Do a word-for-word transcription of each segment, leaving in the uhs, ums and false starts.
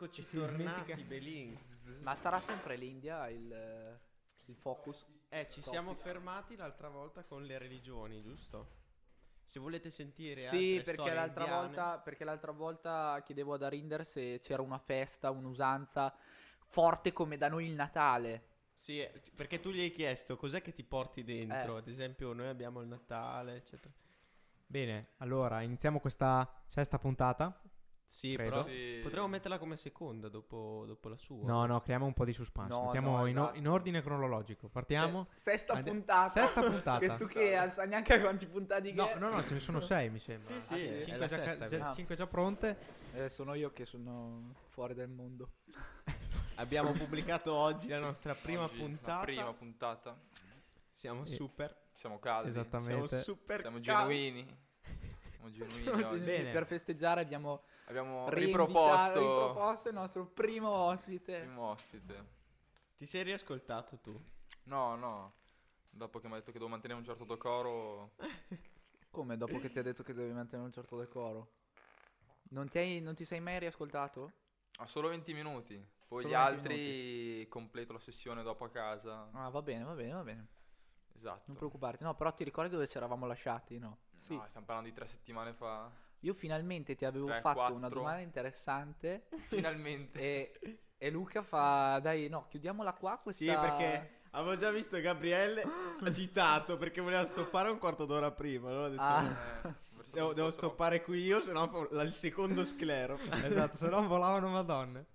Eccoci si tornati, dimentica. Belin. Ma sarà sempre l'India il, il focus? Eh, ci Topic. siamo fermati l'altra volta con le religioni, giusto? Se volete sentire Sì, altre perché storie l'altra indiane, volta, perché l'altra volta chiedevo ad Arinder se c'era una festa, un'usanza forte come da noi il Natale. sì, eh, perché tu gli hai chiesto cos'è che ti porti dentro. Eh. Ad esempio, noi abbiamo il Natale, eccetera. Bene, allora iniziamo questa sesta puntata. Sì, Credo. però Sì. potremmo metterla come seconda dopo, dopo la sua. No, no, creiamo un po' di suspense. No, Mettiamo no, in, o- esatto. in ordine cronologico. Partiamo. Se- sesta Ande- puntata. Sesta puntata. Che tu che non sa neanche a quanti puntati No, che no, no, ce ne sono sei, mi sembra. Sì, sì, Ah, sì? è Cinque la già, sesta già- questa. cinque già pronte. Eh, sono io che sono fuori dal mondo. Abbiamo pubblicato oggi la nostra prima Oggi, la puntata. prima puntata. Siamo Eh, super. Siamo caldi. Siamo Esattamente. super Siamo caldi. genuini. Siamo genuini oggi. Bene. Per festeggiare abbiamo Abbiamo reinvitato- riproposto riproposto il nostro primo ospite. il primo ospite. Ti sei riascoltato tu? No, no. Dopo che mi ha detto che devo mantenere un certo decoro. Come dopo che ti ha detto che devi mantenere un certo decoro? Non ti, hai- non ti sei mai riascoltato? Ha solo venti minuti. Poi Solo gli venti altri completo la sessione dopo a casa. Ah, va bene, va bene, va bene. Esatto. Non preoccuparti. No, però ti ricordi dove ci eravamo lasciati, no? Sì. No, stiamo parlando di tre settimane fa. Io finalmente ti avevo Tre, fatto una quattro. domanda interessante Finalmente. e, e Luca fa, dai, no, chiudiamola qua questa... Sì, perché avevo già visto Gabriele agitato perché voleva stoppare un quarto d'ora prima. Allora ho detto, Ah. Eh, verso devo, un devo po' stoppare qui io, sennò fa la- il secondo sclero. Esatto, se no volavano madonne.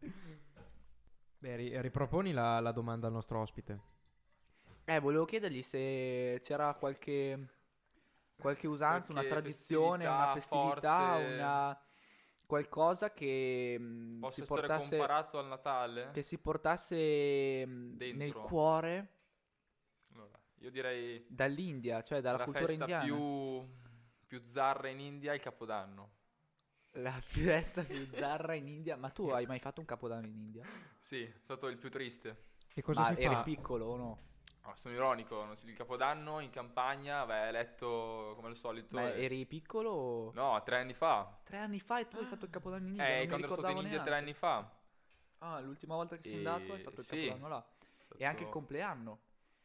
Beh, ri- riproponi la, la domanda al nostro ospite. Eh, volevo chiedergli se c'era qualche, qualche usanza, una Qualche tradizione, una festività, festività forte. una... qualcosa che mh, Possa si essere portasse, comparato al Natale? che si portasse mh, Dentro. nel cuore Allora, io direi dall'India, cioè dalla la cultura festa indiana. più, più zarra in India è il Capodanno. La festa più zarra in India. Ma tu hai mai fatto un capodanno in India? Sì, è stato il più triste. E cosa Ma si eri fa? piccolo o no? No, sono ironico, non si- il Capodanno in campagna, beh, è letto come al solito. Ma e- eri piccolo o... No, tre anni fa. Tre anni fa e tu hai fatto il capodanno in India? Eh, non mi quando ero stato in ricordavo India tre neanche. anni fa. Ah, l'ultima volta che sei E- andato hai fatto il sì. capodanno là. È E anche il stato compleanno.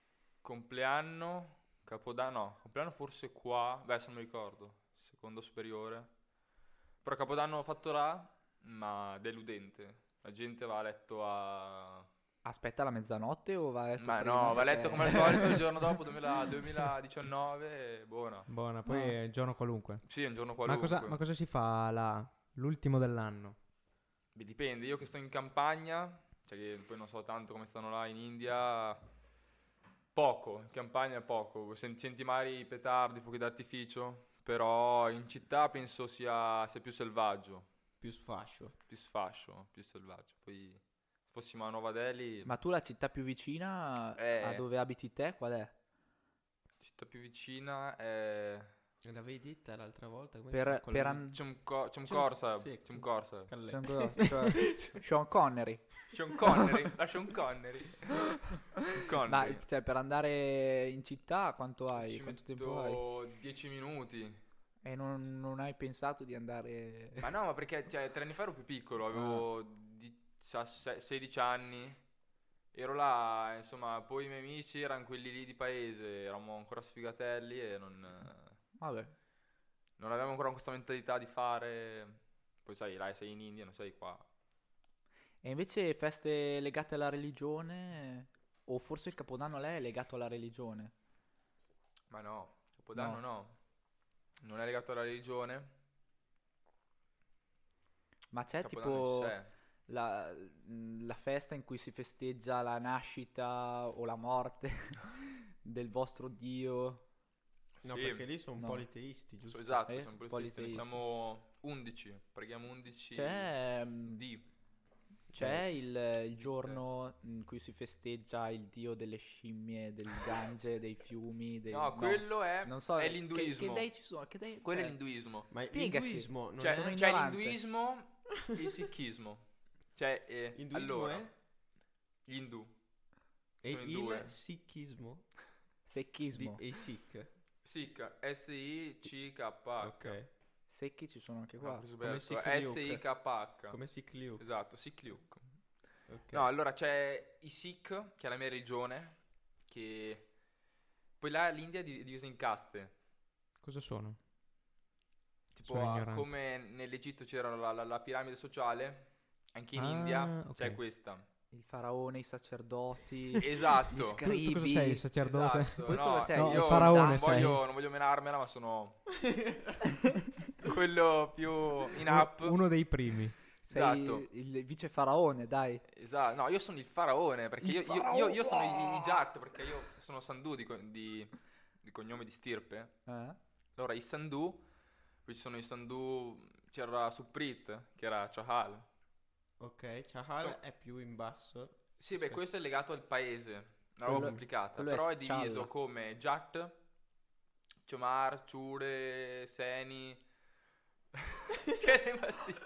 compleanno, Capodanno, no, compleanno forse qua, beh, se non mi ricordo, seconda superiore. Però Capodanno l'ho fatto là, ma deludente. La gente va a letto a... Aspetta la mezzanotte o va a letto Ma prima? no, va a letto Perché- come al solito il giorno dopo, duemila duemiladiciannove, e buona. Buona, poi No. è il giorno qualunque. Sì, è un giorno Ma qualunque. cosa, ma cosa si fa là, l'ultimo dell'anno? Beh, dipende, io che sto in campagna, cioè che poi non so tanto come stanno là in India, poco, in campagna poco, Sen- senti mai i petardi, i fuochi d'artificio, però in città penso sia, sia più selvaggio, Più sfascio. più sfascio, più selvaggio. Poi se fossimo a Nuova Delhi, Ma tu la città più vicina Eh. a dove abiti te qual è? la città più vicina è... L'avevi detta l'altra volta? Come Per, si chiama quello per lì? an- C'è un, co- c'è un C'è un- Corsa, sì, c'è un Corsa. Calle. c'è un cosa- cioè, Sean Connery. Sean Connery, la Sean Connery. Sean Ma Connery. cioè per andare in città quanto hai? Ci Quanto tempo hai? metto dieci minuti. E non, non hai pensato di andare... Ma no, ma perché cioè, tre anni fa ero più piccolo, avevo diciassette sedici anni. Ero là, insomma, poi i miei amici erano quelli lì di paese, eravamo ancora sfigatelli e non, Vabbè. non avevamo ancora questa mentalità di fare. Poi sai, là sei in India, non sei qua. E invece feste legate alla religione, o forse il Capodanno lei è legato alla religione? Ma no, Capodanno no. Non è legato alla religione. Ma c'è Capodanno tipo in sé. la, mh, la festa in cui si festeggia la nascita o la morte del vostro Dio? No, Sì. perché lì sono No. politeisti, giusto? So- esatto, Eh, siamo politeisti, politeisti. siamo undici, preghiamo undici C'è, mh, di. c'è il, il giorno in cui si festeggia il dio delle scimmie, del Gange, dei fiumi, dei... No, quello è, non so, è che- l'induismo. Che, dei ci sono? Che dei, Quello è cioè, l'induismo. Ma Spiegaci. l'induismo non Cioè, sono è... c'è ignorante. l'induismo e il sicchismo. Cioè, eh, L'induismo allora, è? gli indù. E sono in il due. sicchismo? Di, Secchismo. e i sikh. Sikh, S I C K H. Ok. Secchi ci sono anche No, qua. forse ho Come sbagliato. Sikh S I K H. Come Sikh Esatto, Sikh Luke. Ok. No, allora c'è i Sikh, che è la mia religione, che poi là l'India è di- divisa in caste. Cosa sono? Tipo, Sono ah, ignorante. come nell'Egitto c'era la, la- la piramide sociale, anche in Ah, India c'è ok. questa. Il faraone, i sacerdoti, Esatto. gli Tu, scribi. tu cosa sei, il sacerdote? Esatto, Poi no, cosa sei? No, io il faraone non sei. voglio, non voglio menarmela, ma sono quello più in Uno- up. Uno dei primi. Sei Esatto. il vice faraone, dai. Esatto, no, io sono il faraone, perché Il io, io- io- io sono faraone! i, i Jat, perché io sono Sandu di, co- di- di cognome di stirpe. Eh? Allora, i Sandu, poi ci sono i Sandu, c'era Suprit, che era Chahal. Ok, Chahal So- è più in basso. Sì, beh, Aspetta. questo è legato al paese, una roba Quello- complicata, quello è però è T'Challa. diviso come Jat, Chomar, Chure, Seni. Che rimasti?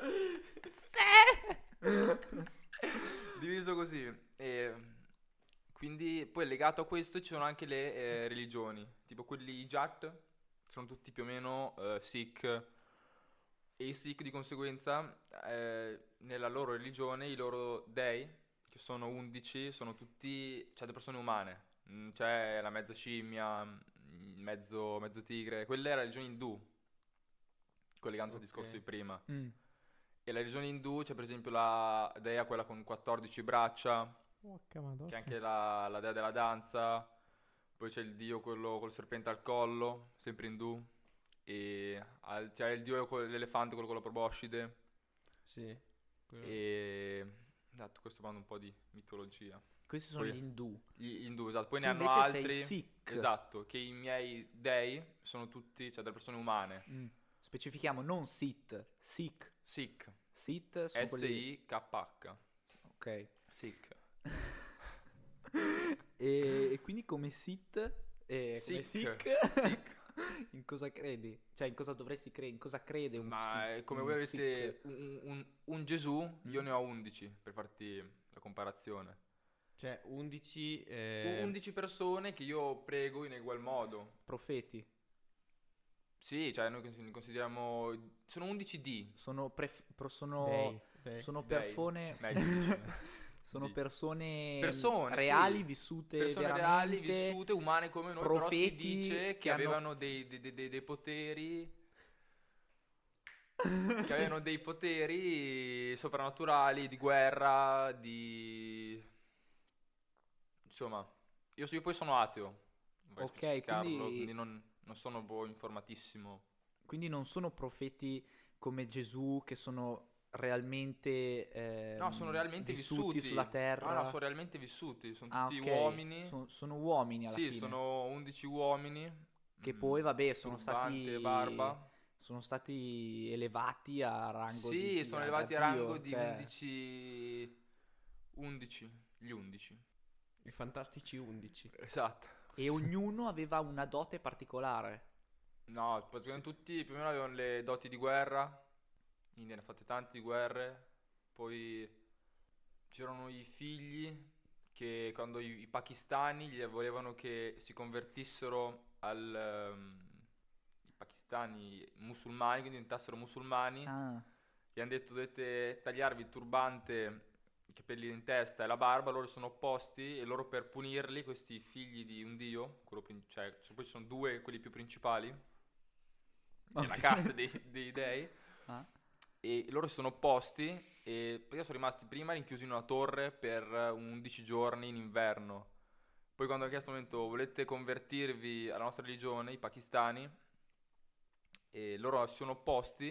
Diviso così. E quindi poi legato a questo ci sono anche le eh, religioni, tipo quelli Jat sono tutti più o meno eh, Sikh, e i Sikh di conseguenza eh, nella loro religione i loro dei, che sono undici, sono tutti, cioè, delle persone umane. Mm, c'è la mezza scimmia, mm, mezzo, mezzo tigre, quella è la religione indù, collegando al Ok. discorso di prima. Mm. E la religione indù c'è per esempio la dea, quella con quattordici braccia, Porca madonna. che è anche la, la dea della danza. Poi c'è il dio, quello col serpente al collo, sempre indù. E al- c'è il dio con l'elefante, quello con la proboscide. Sì. quello- E esatto, questo parlando un po' di mitologia. Questi sono Poi- gli indù. Gli indù, esatto. Poi Tu ne hanno invece sei altri. Sikh. Esatto, che i miei dei sono tutti, cioè delle persone umane. Mm. Specifichiamo non Sith, Sikh. Sikh, Sith sono quelli... S I K H. Ok. Sikh. E, e quindi come Sith, eh, come Sikh. Sikh, Sikh. in cosa credi? Cioè in cosa dovresti credere? In cosa crede un Ma Sikh? eh, come un voi avete Sikh? un, un- un Gesù, io Mm. ne ho undici, per farti la comparazione. Cioè, undici... eh, undici persone che io prego in egual modo. Profeti. Sì, cioè noi cons- li consideriamo... Sono undici D. Sono, pref- pro- sono, Dei. dei- sono Dei. persone... Meglio dici. sono Di. persone, Persone, reali, sì. vissute Persone reali, veramente. vissute, umane come noi, però si profeti dice che, che hanno- avevano dei, dei- dei- dei- dei poteri... che avevano dei poteri soprannaturali, di guerra, di... Insomma, io, io poi sono ateo, non vorrei Ok, specificarlo, quindi- quindi non, non sono boh, informatissimo. Quindi non sono profeti come Gesù che sono realmente ehm, No, sono realmente vissuti, vissuti. sulla terra. No, no, sono realmente vissuti, sono Ah, tutti ok. uomini. Son- sono uomini alla Sì, fine. sono undici uomini. Che mm, poi, vabbè, sono turbante stati e barba. sono stati elevati a rango di Sì, sono da- elevati a da rango Dio, di cioè, undici... undici, gli undici. I fantastici undici. Esatto. e ognuno aveva una dote particolare. No, praticamente tutti più o meno avevano le doti di guerra. In India ne ha fatte tante di guerre. Poi c'erano i figli che quando i, i pakistani gli volevano che si convertissero al... ehm, i pakistani musulmani, quindi diventassero musulmani. Ah, Gli hanno detto dovete tagliarvi il turbante, i capelli in testa e la barba, loro si sono opposti e loro per punirli, questi figli di un dio, quello prin- cioè so- poi ci sono due, quelli più principali, nella ok. casta dei, dei dei, Ah. e loro si sono opposti e poi sono rimasti prima rinchiusi in una torre per undici giorni in inverno. Poi quando hanno chiesto al momento volete convertirvi alla nostra religione, i pakistani, e loro si sono opposti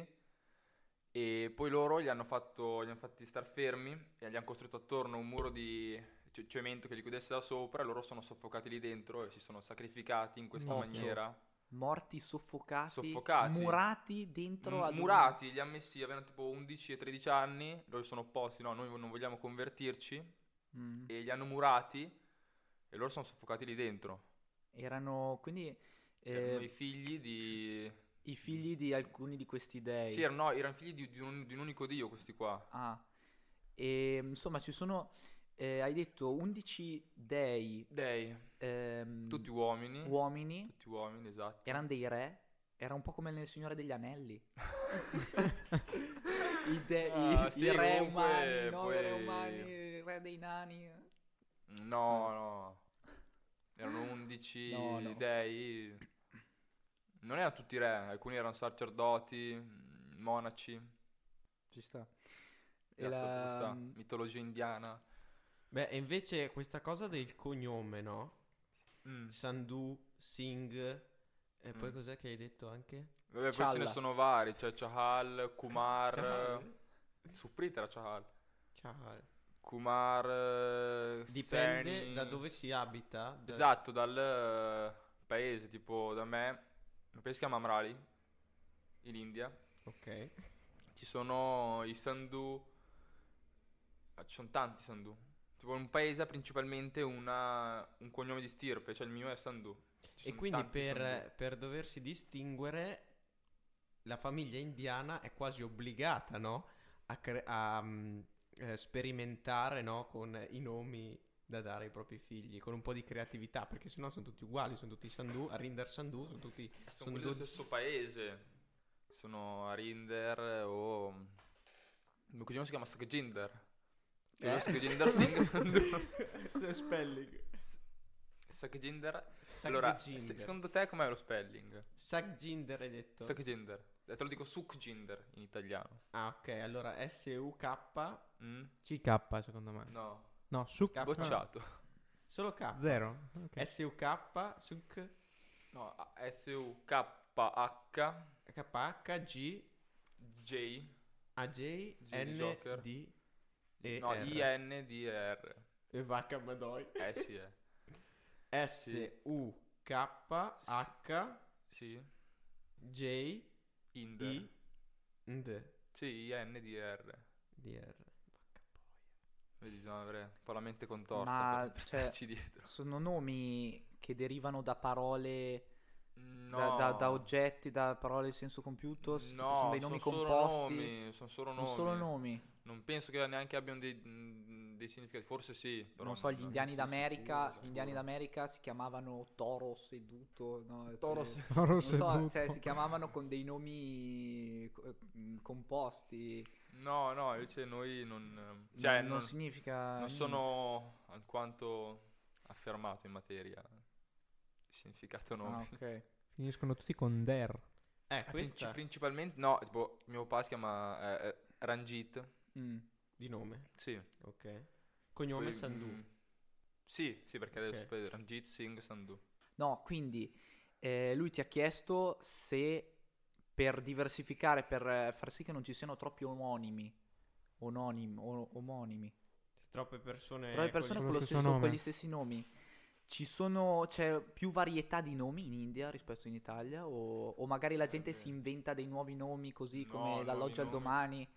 e poi loro gli hanno fatto, gli hanno fatti star fermi e gli hanno costruito attorno un muro di ce- cemento che li chiudesse da sopra e loro sono soffocati lì dentro e si sono sacrificati in questa Morti. maniera. Morti soffocati, Soffocati. murati dentro M- ad un- murati, li ha messi, avevano tipo undici e tredici anni, loro si sono opposti, no, noi non vogliamo convertirci, Mm. e li hanno murati e loro sono soffocati lì dentro. Erano quindi eh, Erano i figli di... i figli di alcuni di questi dei. Sì, erano, no, erano figli di, di un, di un unico dio questi qua. Ah. E insomma ci sono eh, hai detto undici dei Dei, ehm, tutti uomini. uomini, Tutti uomini, esatto. erano dei re. Era un po' come nel Signore degli Anelli. I, de- Ah, i- sì, i re comunque umani, no, i re poi- umani, il re dei nani. No, no. Erano undici No, no. dei. Non erano tutti re, alcuni erano sacerdoti, mm, monaci. Ci sta. E Esatto, la- dove sta? Mitologia indiana. Beh, e invece questa cosa del cognome, no? Mm. Sandhu, Singh, e poi Mm. cos'è che hai detto anche? Vabbè, poi ce ne Challa. sono vari, c'è Chahal, Kumar. Chahal? Suprit era Chahal. Chahal. Kumar. eh, Dipende Seni. da dove si abita. da- Esatto, dal eh, paese, tipo da me. Un paese si chiama Amrali, in India. Ok. Ci sono i Sandhu. ah, Ci sono tanti Sandhu. Tipo in un paese ha principalmente una, un cognome di stirpe, cioè il mio è Sandhu. Ci E sono quindi tanti Sandhu. per, per doversi distinguere, la famiglia indiana è quasi obbligata, no? A, cre- a, mm, eh, sperimentare, no? Con i nomi da dare ai propri figli, con un po' di creatività, perché sennò sono tutti uguali, sono tutti Sandhu, Arinder Sandhu, sono tutti... Eh, Sono sono quelli dello dodici. stesso paese. Sono Arinder o... Il mio cugino si chiama Sakjinder. Che Eh? lo Sakjinder Singh. Lo spelling. Sakjinder. Allora, se- Sakjinder. secondo te com'è lo spelling? Sakjinder hai detto? Sakjinder. Eh, Te lo dico Sukhjinder in italiano. Ah, ok, allora S U K, Mm? C K secondo me. No, No, su K. bocciato. solo K. Zero. Ok. S U K, Suk, No, S U K H K H, G, J. A J, G di N, Joker. D, E, No, R. I N D R. E Vacca Madoi. Eh sì, eh. S U K H Sì. J Inder. I D Sì, I N D R. D R. Vedi, bisogna avere un po' la mente contorta Ma, per, per cioè, starci dietro. Sono nomi che derivano da parole, No. da, da- da oggetti, da parole in senso compiuto. s- No, sono dei nomi sono solo composti. nomi, sono solo Non nomi. solo nomi. Non penso che neanche abbiano dei, mh, dei significati, forse sì, però Non so, gli non- indiani sono d'America, sicuro, gli indiani sicuro. d'America si chiamavano Toro seduto, no? Toro Eh, seduto. Toro non so, seduto. cioè si chiamavano con dei nomi co- eh, composti. No, no, invece noi non... Non- Cioè, non, non, significa non niente. sono alquanto affermato in materia di significato Ah, nomi. ok. Finiscono tutti con der. Eh, Eh, princi- questa principalmente, no, tipo, mio papà si chiama eh, eh, Ranjit, Mm. di nome. sì. Ok. Cognome Poi, Sandhu. mm, sì, sì, perché adesso Ok. poi Ranjit Singh Sandhu. No, quindi eh, lui ti ha chiesto se per diversificare, per eh, far sì che non ci siano troppi omonimi, ononim- o- omonimi, Troppe persone troppe persone con con, gli lo stesso stesso, nome. con gli stessi nomi. Ci sono, c'è più varietà di nomi in India rispetto in Italia? O, o magari la gente Eh, si inventa dei nuovi nomi così No, come nuovi dall'oggi al nomi. domani?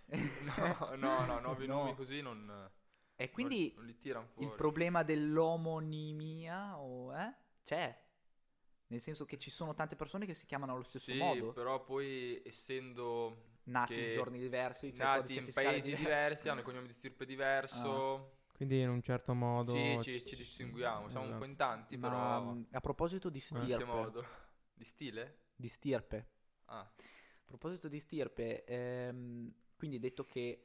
No, no, no, nuovi No. nomi così non... E quindi non, non li tirano fuori. il problema dell'omonimia o, eh? C'è. Nel senso che ci sono tante persone che si chiamano allo stesso Sì, modo, però poi essendo nati che in giorni diversi, cioè nati codice in fiscale paesi diverso. diversi, hanno il cognome di stirpe diverso, Quindi in un certo modo... sì, ci, ci distinguiamo, siamo un po' Esatto. in tanti, Ma però mh, a proposito di in che stirpe, modo? Di stile? di stirpe, Ah, a proposito di stirpe, ehm, quindi hai detto che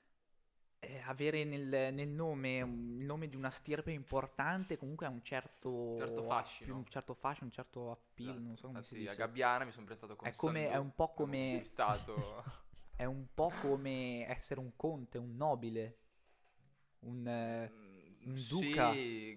eh, avere nel, nel nome un- il nome di una stirpe importante comunque ha un certo, Certo fascino. un certo fascino, un certo appeal, esatto. non so come si Infatti a dice. Gabbiana mi sono prestato con È come- Sandù, è un po' avevo come- conquistato. È un po' come essere un conte, un nobile, un, eh, Mm, un duca. Sì,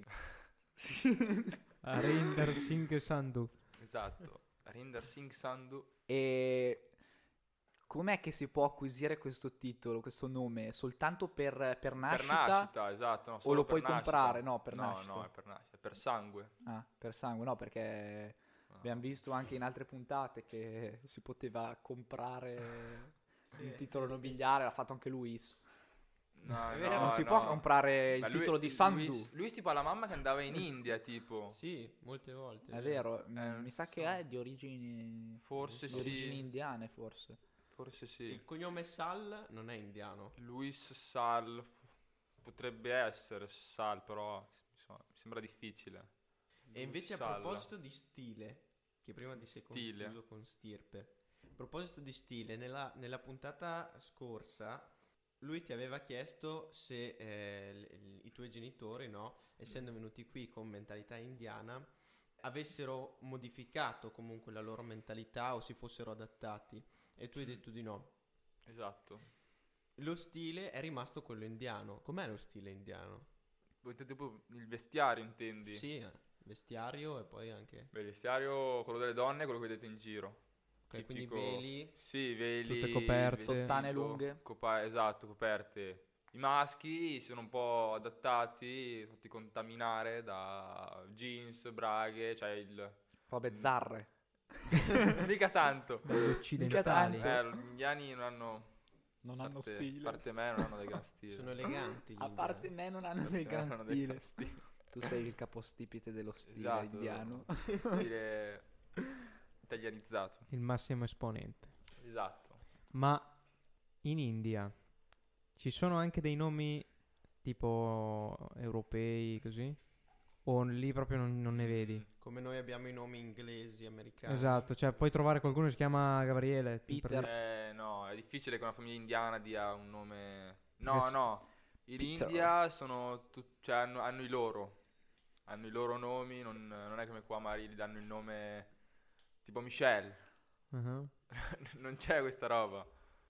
Arinder Singh Sandhu. esatto. Rinder Singh Sandhu. E com'è che si può acquisire questo titolo, questo nome? Soltanto per, per Per nascita? nascita, esatto. no, o solo lo per puoi nascita. comprare? No, per no, nascita. No, è per nascita, per sangue. Ah, per sangue, no, perché No. abbiamo visto anche in altre puntate che si poteva comprare un titolo nobiliare, l'ha fatto anche Luis. No, È no, vero. non si no. può comprare il Ma lui- titolo di lui- Sandhu. Lui, tipo alla mamma che andava in India, tipo. Sì, molte volte. È vero, Eh, mm, mi sa so. che è di origini, Forse di sì. origini indiane, forse. Forse sì. Il cognome Sal non è indiano. Luis Sal. f- Potrebbe essere Sal, però insomma, mi sembra difficile. E invece a Sal. proposito di stile, che prima ti sei Stile. confuso con stirpe. A proposito di stile, nella, nella puntata scorsa lui ti aveva chiesto se eh, l- i tuoi genitori, no, essendo venuti qui con mentalità indiana, avessero modificato comunque la loro mentalità o si fossero adattati. E tu hai detto di no. Esatto. Lo stile è rimasto quello indiano. Com'è lo stile indiano? Voi te- tipo il vestiario intendi? Sì, eh, vestiario e poi anche... Beh, il vestiario, quello delle donne è quello che vedete in giro. Ok, quindi Tipico- veli. Sì, veli. Tutte coperte. vestito, Sottane lunghe. copa- esatto, coperte. I maschi si sono un po' adattati, fatti contaminare da jeans, braghe, cioè il... Robe Mm. zarre. Mica tanto. Dagli occidentali. tanto. Eh, gli indiani non hanno... Non a hanno parte- stile. A parte me non hanno del gran stile. Sono eleganti gli A parte indiani. me non hanno A del parte me gran non hanno del stile. gran stile. Tu sei il capostipite dello stile Esatto. indiano. Stile italianizzato. Il massimo esponente. Esatto. Ma in India ci sono anche dei nomi tipo europei così? O lì proprio non, non ne vedi? Come noi abbiamo i nomi inglesi, americani. Esatto, cioè puoi trovare qualcuno che si chiama Gabriele. per Peter. dire- Eh, no, è difficile che una famiglia indiana dia un nome. No, Perché s- no. In Peter. India sono tut- cioè hanno, hanno i loro. Hanno i loro nomi, non, non è come qua magari gli danno il nome tipo Michelle. Uh-huh. Non c'è questa roba.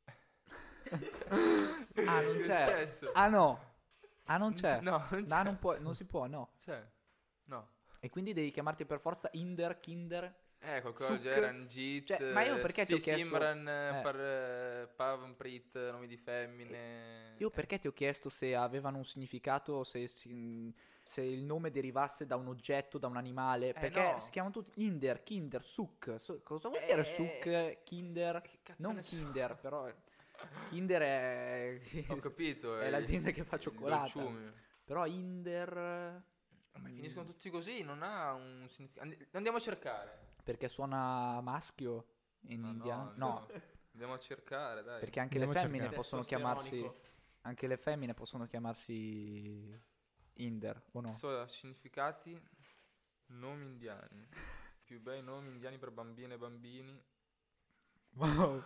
Ah, non Che c'è. stesso. Ah no. Ah non c'è. No, non c'è. No, non, può, non si può, no. C'è. No. E quindi devi chiamarti per forza Inder, Kinder. Eh, qualcosa Suk. del genere, Ranjit, Cioè, ma io perché eh, ti ho sì, chiesto- Simran, eh. par, eh, Pavanprit, nomi di femmine. Io Eh, perché ti ho chiesto se avevano un significato, se, si- se il nome derivasse da un oggetto, da un animale. Perché no. si chiamano tutti Inder, Kinder, Suk. Su- cosa vuol Eh, dire Suk, Kinder? Che cazzo Non ne so? Kinder, però Kinder è, Ho capito. è l'azienda che fa il cioccolata. dolciumi. Però Inder... Ma mm, finiscono tutti così, non ha un significato. Andi- Andiamo a cercare. Perché suona maschio in Ma India? no, No, Andiamo a cercare, dai. perché anche Andiamo le a femmine cercare. possono chiamarsi... Testosteronico. Anche le femmine possono chiamarsi Inder, o no? So, significati, nomi indiani. Più bei nomi indiani per bambine e bambini. Wow.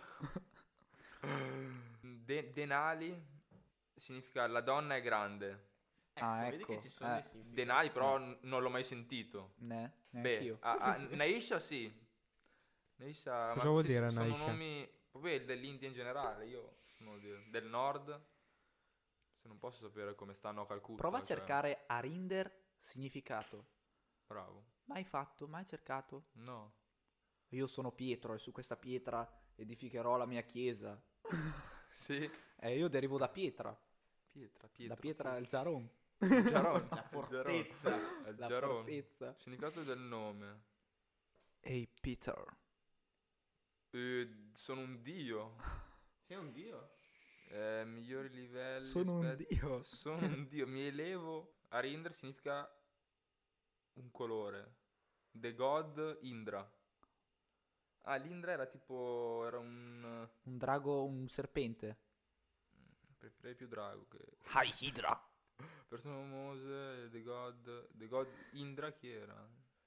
De- denali significa la donna è grande. Ecco, Ah, vedi ecco, che ci sono eh. dei significati. Denali però n- non l'ho mai sentito. Ne? Beh, Neanch'io. a- a- Naisha sì. Naisha, Cosa ma vuol sì, dire sono Naisha? nomi proprio dell'India in generale, io sono di- del nord. Se non posso sapere come stanno a Calcutta. Prova a cioè, cercare Arinder significato. Bravo. Mai fatto? Mai cercato? No. Io sono Pietro e su questa pietra edificherò la mia chiesa. Sì. E io derivo da Pietra. Pietra, pietra. Da Pietra il Zaron. Giaron. La fortezza. Il La Giaron. fortezza. Significato del nome. Ehi Peter. Eh, sono un dio. Sei un dio. Eh, migliori livelli. Sono un aspetta. dio. Sono un dio. Mi elevo. Arinder significa un colore. The God Indra. Ah, l'Indra era tipo. Era un. Un drago, un serpente. Preferirei più drago che. Hai Hydra. Persona Mose. The God. The God Indra chi era?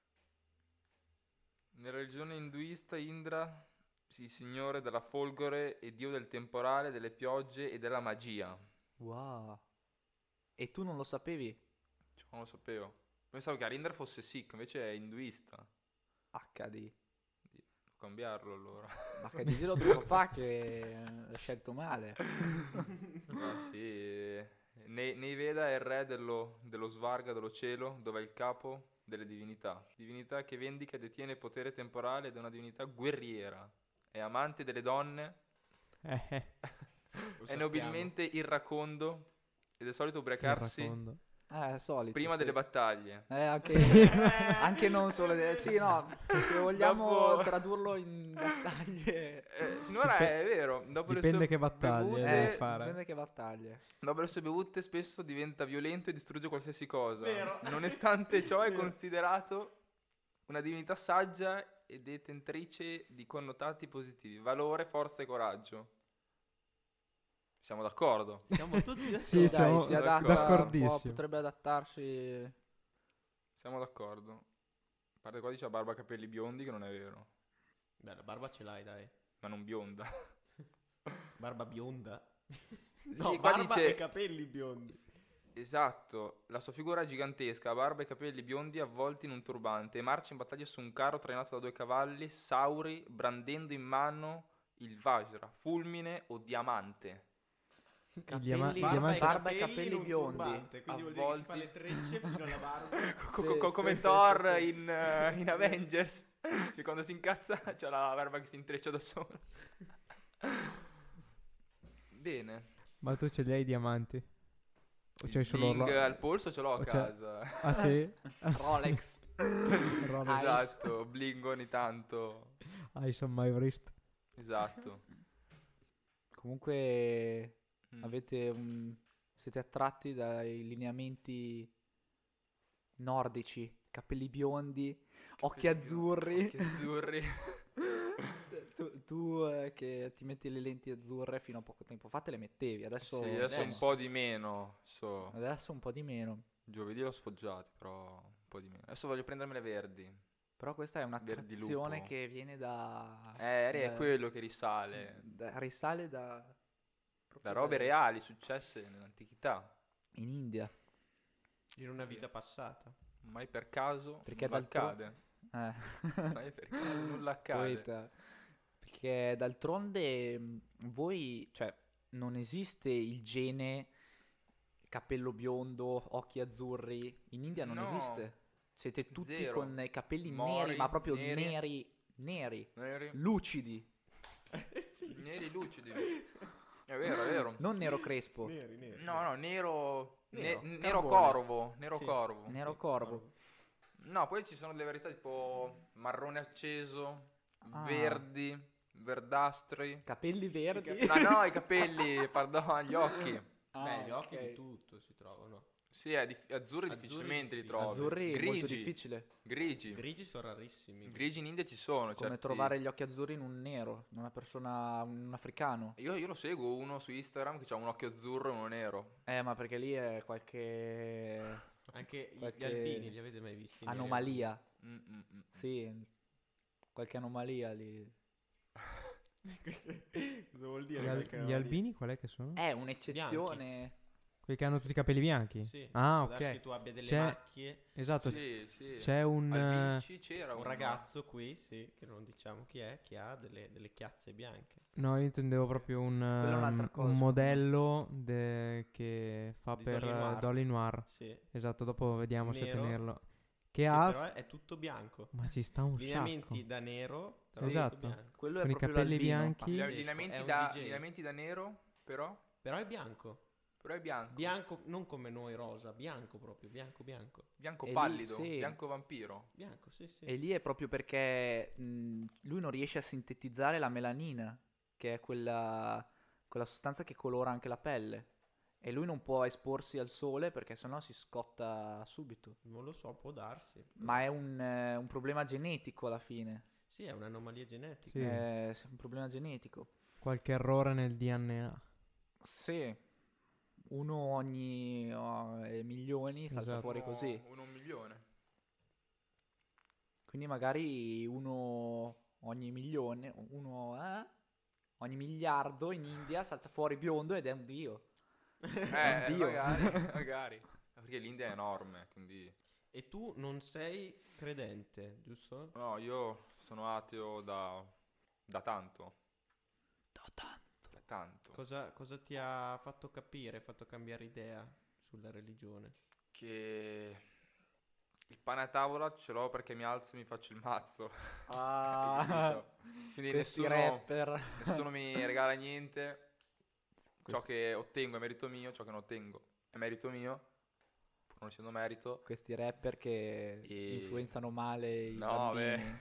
Nella religione induista Indra. Sì, signore della folgore e dio del temporale, delle piogge e della magia. Wow. E tu non lo sapevi? Cioè, non lo sapevo. Pensavo che Arinder fosse Sikh, invece è induista. acca di. Devo cambiarlo allora. Ma che dillo tuo papà che ha scelto male. Ah, sì. eh, Nei, nei Veda è il re dello, dello Svarga, dello cielo, dove è il capo delle divinità. Divinità che vendica e detiene potere temporale ed è una divinità guerriera. È amante delle donne, Eh, eh, Lo è sappiamo. nobilmente irracondo ed è solito il ubriacarsi racconto. Eh, è solito. prima sì. delle battaglie. Eh, anche, anche non solo. de- Sì, no. Se vogliamo Dopo- tradurlo in battaglie. Eh, finora Dip- è vero. Dopo le dipende sue che battaglie bevute- devi Eh, fare. dipende che battaglie. Dopo le sue bevute spesso diventa violento e distrugge qualsiasi cosa. Vero. Nonostante ciò è Vero. considerato una divinità saggia e detentrice di connotati positivi. Valore, forza e coraggio. Siamo d'accordo? Siamo tutti d'accordo. Sì, Dai, siamo si adatta un po', d'accordissimo. potrebbe adattarsi. Siamo d'accordo. parte qua dice la barba a capelli biondi, che non è vero. Beh, la barba ce l'hai, dai. Ma non bionda. Barba bionda? Sì, No, qua barba dice- e capelli biondi. Esatto, la sua figura è gigantesca, barba e capelli biondi avvolti in un turbante, e marcia in battaglia su un carro trainato da due cavalli, sauri, brandendo in mano il Vajra, fulmine o diamante. Il Capelli- diama- il Barba diamante- e barba e in capelli un biondi. turbante, quindi vuol dire che si fa Avvolti. le trecce fino alla barba. Co- Sì, co- co- sì, come sì, Thor sì, sì. in, eh, in Avengers, che quando si incazza c'ha la barba che si intreccia da sola. Bene. Ma tu ce li hai i diamanti? O c'hai Il solo bling orlo- al polso ce l'ho a o c'è- casa. Ah sì? Rolex. Rolex. Esatto, bling ogni tanto. Ice on my wrist. Esatto. Comunque Mm. avete un... siete attratti dai lineamenti nordici, capelli biondi, occhi Capelli biondi, azzurri. Occhi azzurri. tu tu, eh, che ti metti le lenti azzurre fino a poco tempo fa te le mettevi, adesso, Sì, adesso un adesso. po' di meno. So, adesso un po' di meno. giovedì l'ho sfoggiati, però un po' di meno. Adesso voglio prendermi le verdi. Però questa è Verdi un'attrazione lupo. che viene da... Eh, è da- quello che risale. da- risale da... Da proprio robe da- reali successe nell'antichità. in India. In una vita passata. Mai per caso Perché nulla d'altro- accade. Eh. Mai per caso nulla accade. Poeta. Perché d'altronde mh, voi, cioè, non esiste il gene capello biondo, occhi azzurri. In India non No. esiste. Siete tutti Zero. con i capelli Mori, neri, ma proprio neri. neri, neri, Neri, lucidi, Eh sì. neri lucidi. È vero, è vero. non nero crespo, Neri, neri. No, no, nero. Nero, ne- nero carbone. corvo. Nero Sì. corvo. nero corvo. No, poi ci sono delle varietà tipo marrone acceso, Ah. verdi, verdastri. Capelli verdi. I No, no, i capelli, pardon, gli occhi. Ah, Beh, gli occhi ok. di tutto si trovano. Sì, è dif- azzurri, Azzurri difficilmente li difficili. trovi. Azzurri è molto grigi, difficile. grigi. Grigi sono rarissimi. Grigi in India ci sono, Come certi- trovare gli occhi azzurri in un nero, in una persona, un africano. Io, io lo seguo uno su Instagram che ha un occhio azzurro e uno nero. Eh, ma perché lì è qualche Anche i- Qualche gli albini li avete mai visti? neri? anomalia. Mm, mm, mm. Sì, qualche anomalia lì. Cosa vuol dire? Gli, al- qualche gli anomalia? albini qual è che sono? È un'eccezione. Quelli che hanno tutti i capelli bianchi? Sì, Ah, può darsi che ok. tu abbia delle C'è- macchie. Esatto. Sì, sì. C'è un... Al eh, Vinci c'era Un uno. ragazzo qui, sì, che non diciamo chi è, che ha delle, delle chiazze bianche. No, io intendevo proprio un, Quella è un'altra um, cosa. un modello de- che fa Di per Dolly eh, Noir. Dolly Noir. Sì. Esatto, dopo vediamo se Nero. tenerlo. Che Che ha... però è, è tutto bianco. Ma ci sta un Lineamenti sacco. da nero, però Esatto. tutto bianco. Quello è Con i proprio capelli l'albino. bianchi. Gli Pazzesco, lineamenti è un da, D J. lineamenti da nero, però. Però è bianco. Però è bianco. Bianco, non come noi rosa, bianco proprio, bianco bianco. Bianco E lì, pallido, sì. bianco vampiro. Bianco, sì, sì. E lì è proprio perché mh, lui non riesce a sintetizzare la melanina, che è quella, quella sostanza che colora anche la pelle. E lui non può esporsi al sole perché sennò si scotta subito. Non lo so, può darsi. Ma è un, eh, un problema genetico alla fine. Sì, è un'anomalia genetica. Sì. È un problema genetico. Qualche errore nel D N A. Sì. Uno ogni oh, eh, milioni salta Esatto. fuori Uno- così. Uno un milione. Quindi magari uno ogni milione, uno eh, ogni miliardo in India salta fuori biondo ed è un dio. Eh, Oddio. magari, magari. Perché l'India è enorme, quindi. E tu non sei credente, giusto? No, io sono ateo da, da tanto. Da tanto. Da tanto. Cosa, cosa ti ha fatto capire, fatto cambiare idea sulla religione? Che il pane a tavola ce l'ho perché mi alzo e mi faccio il mazzo. Ah, Hai capito? Quindi questi nessuno, rapper. nessuno mi regala niente. Ciò Questi- che ottengo è merito mio, ciò che non ottengo è merito mio. Pur non essendo merito. Questi rapper che E- influenzano male i No, bambini.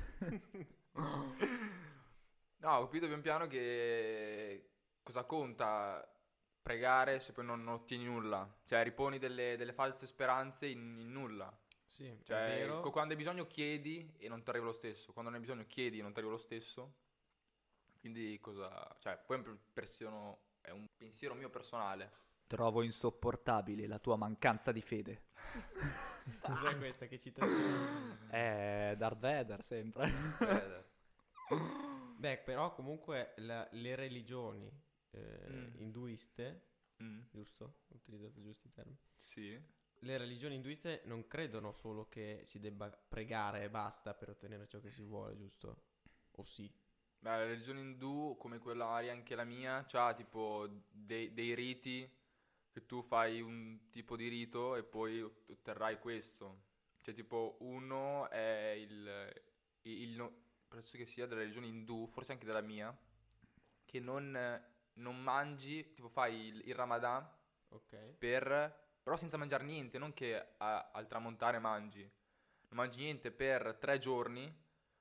No, ho capito pian piano che cosa conta pregare se poi non, non ottieni nulla. Cioè, riponi delle, delle false speranze in, in nulla. Sì, è Cioè, vero. co- quando hai bisogno chiedi e non ti arriva lo stesso. Quando non hai bisogno chiedi e non ti arriva lo stesso. Quindi cosa... Cioè, poi è un pensiero, è un pensiero mio personale. Trovo insopportabile la tua mancanza di fede. Cos'è questa? Che citazione? È Darth Vader sempre. Vader. Beh, però comunque la- le religioni eh, Mm. induiste, Mm, giusto? Ho utilizzato giusti i termini. sì. Le religioni induiste non credono solo che si debba pregare e basta per ottenere ciò che si vuole, giusto? O sì? Beh, la religione indù, come quella aria anche la mia, c'ha tipo dei, dei riti che tu fai un tipo di rito e poi ot- otterrai questo. Cioè, tipo, uno è il, il, il no- penso che sia della religione indù, forse anche della mia, che non, non mangi, tipo fai il, il Ramadan Ok. per, però senza mangiare niente, non che a- al tramontare mangi. Non mangi niente per tre giorni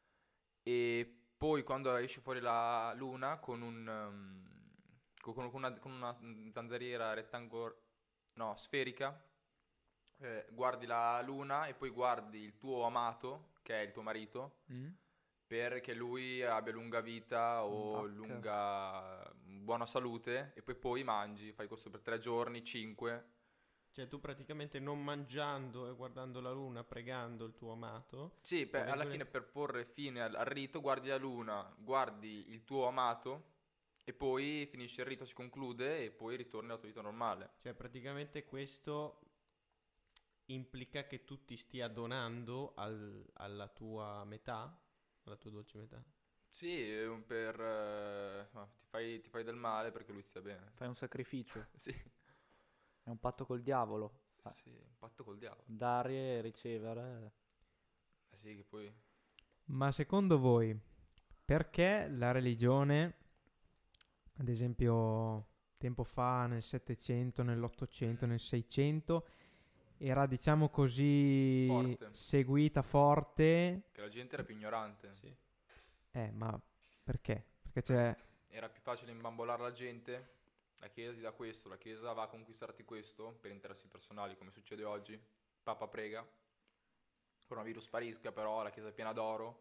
e poi quando esce fuori la luna con un um, con, con una, con una zanzariera rettangolare, no, sferica, eh, guardi la luna e poi guardi il tuo amato, che è il tuo marito, Mm? perché lui abbia lunga vita o Vacca. lunga buona salute e poi poi mangi, fai questo per tre giorni, cinque. Cioè tu praticamente non mangiando e guardando la luna, pregando il tuo amato, Sì, tra per- alla virgolette- fine per porre fine al, al rito guardi la luna, guardi il tuo amato e poi finisce il rito, si conclude e poi ritorni alla tua vita normale. cioè praticamente questo implica che tu ti stia donando al- alla tua metà, alla tua dolce metà. Sì, è un per... eh, no, ti fai, ti fai del male perché lui stia bene. Fai un sacrificio. Sì, È un patto col diavolo. Ah, sì, un patto col diavolo. dare e ricevere. Eh sì, che poi... Ma secondo voi, perché la religione, ad esempio tempo fa, nel settecento, nell'ottocento, nel seicento, era diciamo così Forte. seguita forte? Che la gente era più ignorante. Sì. Eh, ma perché? Perché c'è... Era più facile imbambolare la gente. La Chiesa ti dà questo, la Chiesa va a conquistarti questo per interessi personali, come succede oggi. Papa prega, coronavirus sparisca, però la Chiesa è piena d'oro.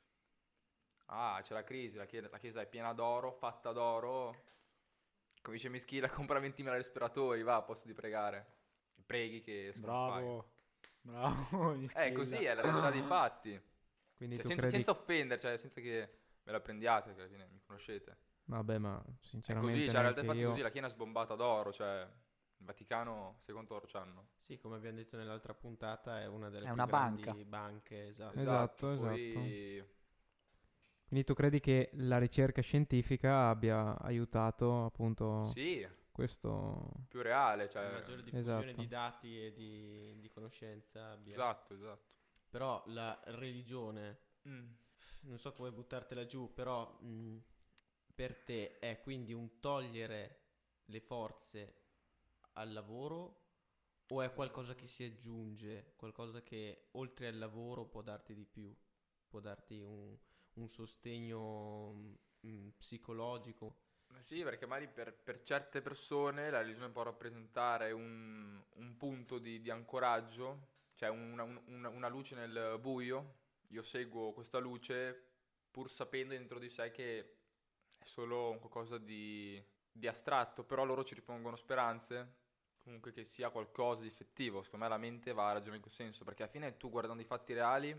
Ah, c'è la crisi, la Chiesa, la chiesa è piena d'oro, fatta d'oro. Come dice Mischila, compra ventimila respiratori, va, a posto di pregare. Preghi che scompaiono. Bravo. Eh, così è la realtà dei fatti. Quindi Cioè, tu senza, credi... senza offendere, cioè, senza che me la prendiate, che alla fine mi conoscete. Vabbè, ma È sinceramente così, cioè, la realtà dei neanche fatti è io... così, la Chiesa è sbombata d'oro, cioè, il Vaticano, sai quanto oro c'hanno? Sì, come abbiamo detto nell'altra puntata, è una delle È più una grandi banca. banche, esatto. Esatto, poi... Quindi tu credi che la ricerca scientifica abbia aiutato appunto Sì, questo... più reale, La cioè... maggiore diffusione Esatto. di dati e di, di conoscenza abbia. Esatto, esatto. Però la religione, Mm. non so come buttartela giù, però mh, per te è quindi un togliere le forze al lavoro o è qualcosa che si aggiunge, qualcosa che oltre al lavoro può darti di più, può darti un, un sostegno mh, psicologico? Ma sì, perché magari per, per certe persone la religione può rappresentare un, un punto di, di ancoraggio, cioè una, un- una- una luce nel buio. Io seguo questa luce pur sapendo dentro di sé che è solo un qualcosa di, di astratto, però loro ci ripongono speranze, comunque che sia qualcosa di effettivo. Secondo me la mente va a ragionare in questo senso, perché alla fine tu guardando i fatti reali,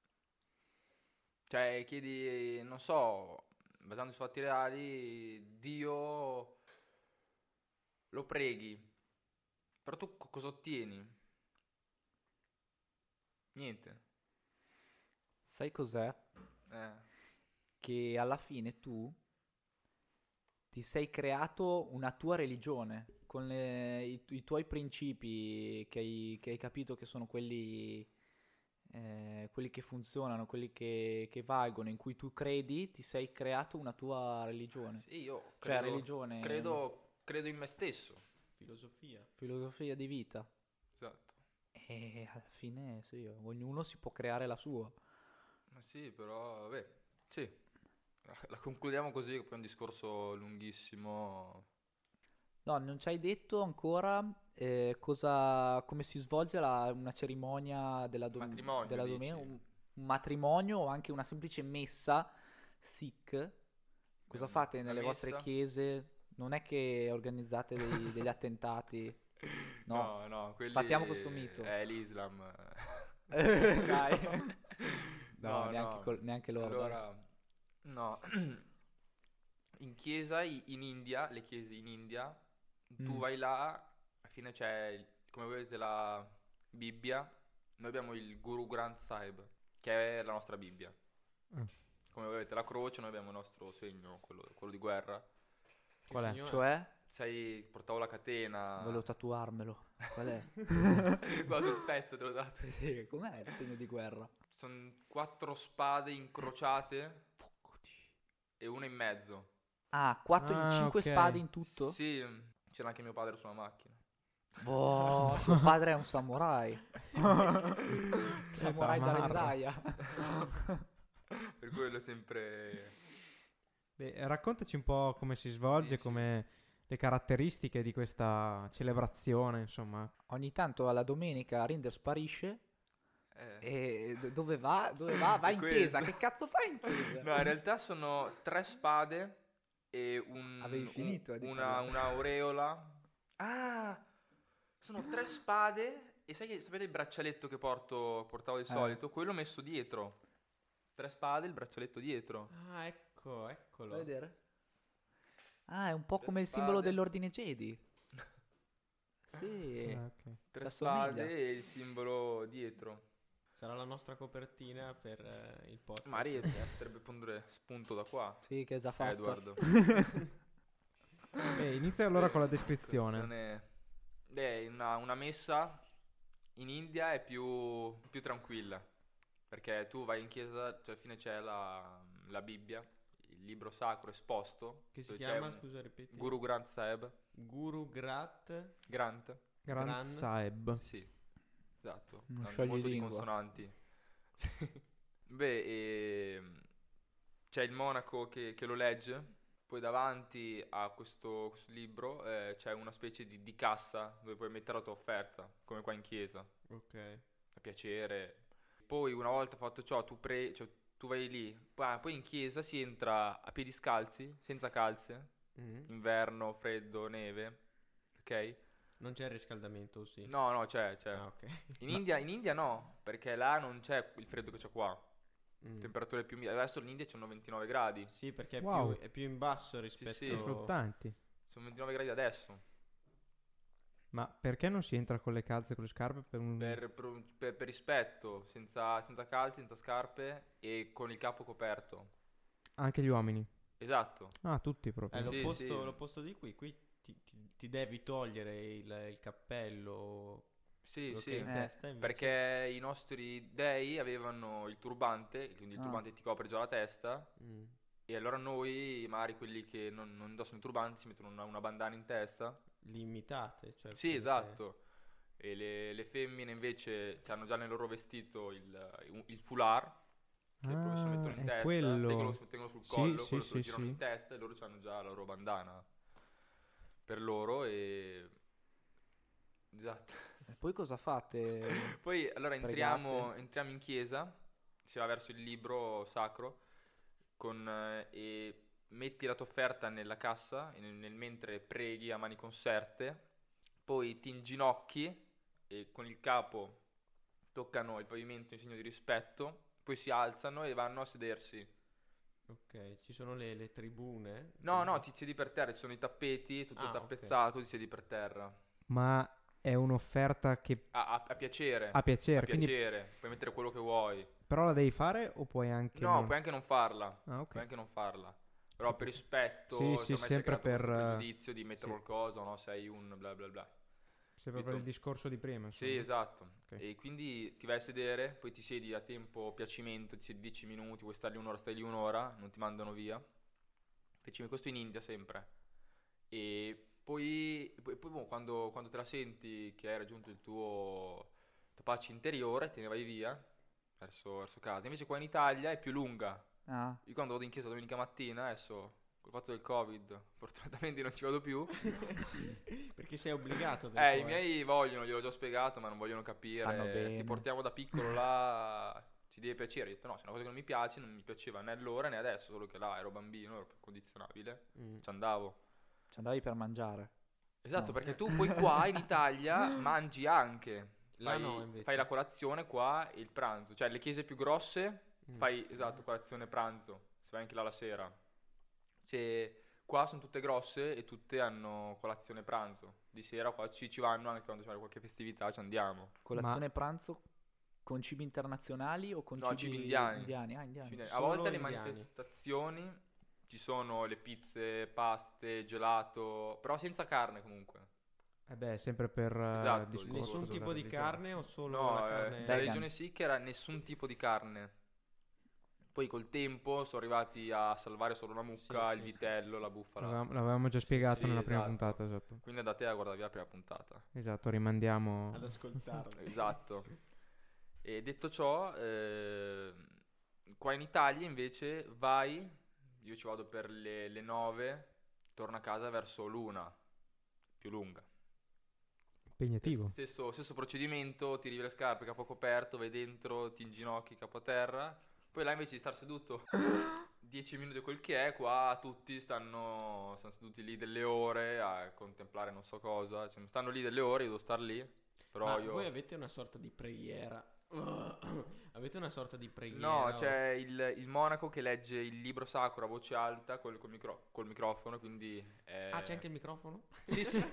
cioè chiedi, non so, basando su fatti reali, Dio lo preghi, però tu co- cosa ottieni? Niente. Sai cos'è? Eh, Che alla fine tu ti sei creato una tua religione con le- i, tu- i tuoi principi che hai, che hai capito che sono quelli, eh, quelli che funzionano, quelli che, che valgono, in cui tu credi, ti sei creato una tua religione. sì, io Cioè, credo, religione, credo, credo in me stesso. Filosofia. filosofia di vita. Esatto. E alla fine, sì, ognuno si può creare la sua. Ma sì, però, vabbè, sì. La concludiamo così, che poi è un discorso lunghissimo. No, non ci hai detto ancora eh, cosa, come si svolge la- una cerimonia della, dom- Matrimonio, della dici? domenica, un, un matrimonio o anche una semplice messa sikh. Cosa Abbiamo fate una nelle vostre messa. chiese? Non è che organizzate dei- degli attentati? No, no, no, quelli sfattiamo questo mito. È l'Islam. Dai. No, No, neanche, no. col- neanche loro. dai. Allora, no. In chiesa i- in India, le chiese in India, tu Mm. vai là, alla fine c'è, il- come vedete, la Bibbia. Noi abbiamo il Guru Granth Sahib, che è la nostra Bibbia. Ah. Come vedete la croce, noi abbiamo il nostro segno, quello, quello di guerra. Che Qual è? segno Cioè, Sai, portavo la catena. volevo tatuarmelo. Qual è? Qua sul petto te l'ho dato. Sì, com'è il segno di guerra? Sono quattro spade incrociate e una in mezzo. Ah, quattro Ah, cinque ok. spade in tutto? Sì, c'era anche mio padre sulla macchina. Boh, tuo padre è un samurai. Samurai Tamarra. dall'Isaia. Per quello sempre. Beh, raccontaci un po' come si svolge, Sì, sì. come le caratteristiche di questa celebrazione, insomma. Ogni tanto alla domenica Rinder sparisce eh. e do- dove va? Dove va? Va È in questo. chiesa. Che cazzo fai in chiesa? No, in realtà sono tre spade e un, Avevi un- finito, eh, di una, parlare. un'aureola. Ah, sono tre spade e sai che sapete il braccialetto che porto, portavo di Eh. solito? Quello messo dietro. Tre spade, il braccialetto dietro. Ah, ecco, eccolo. Fai vedere? Ah, è un po' Tre come il simbolo spade. dell'ordine Jedi. Sì. Ah, ok. Tre Ci assomiglia. spade e il simbolo dietro. Sarà la nostra copertina per eh, il podcast. Magari potrebbe prendere spunto da qua. Sì, che è già Eh, fatto. Edoardo. Beh, inizia allora con la descrizione. Descrizione- Beh, una, una messa in India è più, più tranquilla. Perché tu vai in chiesa, cioè alla fine c'è la, la Bibbia, il libro sacro esposto. Che si dove c'è chiama, un scusa, ripeti? Guru Granth Sahib. Guru Grat. Grant? Gran Gran- Saeb. Sì, esatto. Non Hanno sciogli molto di lingua. consonanti. Beh, e c'è il monaco che, che lo legge. Poi davanti a questo, questo libro eh, c'è una specie di, di cassa dove puoi mettere la tua offerta, come qua in chiesa, Ok. a piacere. Poi una volta fatto ciò tu, pre- cioè, tu vai lì, poi, poi in chiesa si entra a piedi scalzi, senza calze, Mhm. inverno, freddo, neve, ok? Non c'è il riscaldamento, o sì? No, no, c'è, c'è. Ah, ok. In India, in India no, perché là non c'è il freddo che c'è qua. Mm. Temperature più mite. Adesso in India c'è ventinove gradi. Sì, perché è, Wow. più, è più in basso rispetto... sì. Sono tanti. Sono ventinove gradi adesso. Ma perché non si entra con le calze e con le scarpe? Per un... Per, per- per- per rispetto, senza, senza calze, senza scarpe e con il capo coperto. Anche gli uomini. Esatto. Ah, tutti È proprio. Sì, l'opposto, sì. l'opposto di qui. Qui ti, ti- ti devi togliere il, il cappello, Sì, quello sì. che hai in Eh, testa, invece... Perché i nostri dei avevano il turbante, quindi il Ah. turbante ti copre già la testa. Mm. E allora noi, magari quelli che non, non indossano il turbante, si mettono una, una bandana in testa. Li imitate, cioè... Sì, potete- esatto. E le, le femmine invece hanno già nel loro vestito il, il foulard, che proprio se lo mettono in Ah, è testa, quello. sai quello che si tengono sul Sì, collo, sì, quello se lo sì, girano sì. in testa e loro hanno già la loro bandana per loro e... Esatto. E poi cosa fate? Poi allora entriamo, Pregate. entriamo in chiesa, si va verso il libro sacro con, eh, e metti la tua offerta nella cassa e nel, nel mentre preghi a mani conserte, poi ti inginocchi e con il capo toccano il pavimento in segno di rispetto, poi si alzano e vanno a sedersi. Ok, ci sono le, le tribune? No, no, ti siedi per terra, ci sono i tappeti, tutto Ah, ok. tappezzato, ti siedi per terra. Ma è un'offerta che A, a- a piacere. a piacere, A quindi piacere, puoi mettere quello che vuoi. però la devi fare o puoi anche No, non- puoi anche non farla. Ah, ok. Puoi anche non farla. Però per rispetto, Sì, secondo sì, me si è sempre creato questo per, eh, pregiudizio di mettere sì. qualcosa, no? Sei un bla bla bla. Sei proprio il discorso di prima, Sì, insomma. esatto. Ok. E quindi ti vai a sedere, poi ti siedi a tempo piacimento, ti siedi dieci minuti, vuoi stare lì un'ora, stai lì un'ora, non ti mandano via. Feci questo in India sempre. E poi, poi, poi, boh, quando, quando te la senti che hai raggiunto il tuo, tua pace interiore, te ne vai via verso, verso casa. Invece qua in Italia è più lunga. Ah, Io quando vado in chiesa domenica mattina, adesso col fatto del Covid, fortunatamente non ci vado più. Perché sei obbligato. del Eh, i tuo- miei vogliono, gliel'ho già spiegato, ma non vogliono capire. Fanno bene. Ti portiamo da piccolo là, ci deve piacere. Io ho detto no, se è una cosa che non mi piace, non mi piaceva né allora né adesso, solo che là ero bambino, ero condizionabile. Mm. Ci andavo. ci andavi per mangiare. Esatto, No. perché tu poi qua in Italia mangi anche. Là Fai, no, invece. fai la colazione qua e il pranzo. Cioè, le chiese più grosse Mm. fai, esatto, colazione e pranzo. Se vai anche là la sera. Cioè, qua sono tutte grosse e tutte hanno colazione e pranzo. Di sera qua ci, ci vanno anche quando c'è qualche festività, ci andiamo. Colazione e pranzo con cibi internazionali o con No, cibi, cibi indiani. indiani? Ah, indiani. Quindi, a Solo volte alle indiani. manifestazioni ci sono le pizze, paste, gelato, però senza carne comunque. Eh beh, sempre per eh, Esatto, discorso Nessun della tipo di religione. carne o solo No, la eh, carne? la Vegan. religione Sikh era nessun tipo di carne. Poi col tempo sono arrivati a salvare solo la mucca, Sì, il sì, sì. vitello, la bufala. L'avevamo, l'avevamo già spiegato Sì, nella prima esatto. puntata, esatto. Quindi andate a guardare la prima puntata. Esatto, rimandiamo. Ad ascoltarlo. Esatto. E detto ciò, eh, qua in Italia invece vai, io ci vado per le, le nove, torno a casa verso l'una, più lunga. Impegnativo. Stesso, stesso procedimento, ti rivi le scarpe, capo coperto, vai dentro, ti inginocchi, capo a terra. Poi là invece di star seduto dieci minuti o quel che è, qua tutti stanno, stanno seduti lì delle ore a contemplare non so cosa. Cioè, stanno lì delle ore, io devo star lì. Però Ma io... voi avete una sorta di preghiera? Avete una sorta di preghiera? No, o- c'è il, il monaco che legge il libro sacro a voce alta col, col micro- col microfono, quindi... è- Ah, c'è anche il microfono? Sì, sì.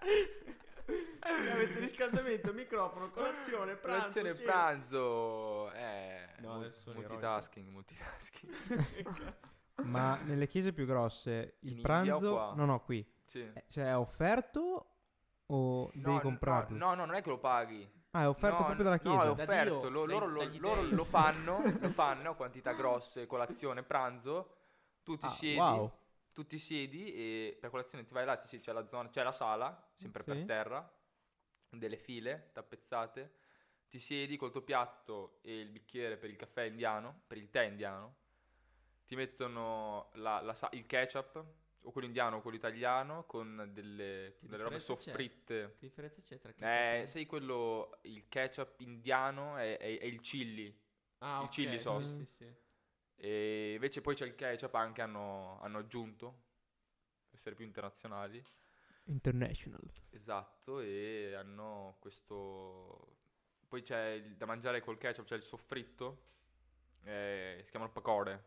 Cioè, avete riscaldamento, microfono, colazione, pranzo, Colazione e cena. pranzo. Eh, No, mul- adesso sono multitasking, multitasking. Che cazzo? Ma nelle chiese più grosse il In India o pranzo... qua? No, no, qui. Sì. Eh, Cioè, è offerto o devi No, comprarlo? No, no, non è che lo paghi. Ah, è offerto No, proprio dalla no, chiesa? è Da offerto. Dio, Lo- dai- loro lo, dagli loro dei. lo fanno, lo fanno a quantità grosse, colazione, pranzo. Tu ti Ah, siedi, wow. tu ti siedi e per colazione ti vai là, ti siedi, c'è la zona, c'è la sala, sempre per Sì. terra, delle file tappezzate. Ti siedi col tuo piatto e il bicchiere per il caffè indiano, per il tè indiano. Ti mettono la- la sa- il ketchup, o quello indiano o quello italiano, con delle, Che delle robe differenza c'è? soffritte. Che differenza c'è tra Eh, ketchup e- sai quello, il ketchup indiano è, è- è il chili. Ah, il ok, chili sì, sauce. sì, sì. E invece poi c'è il ketchup anche hanno, hanno aggiunto, per essere più internazionali. International. Esatto, e hanno questo... Poi c'è il- da mangiare col ketchup, c'è il soffritto, eh, si chiamano pakore.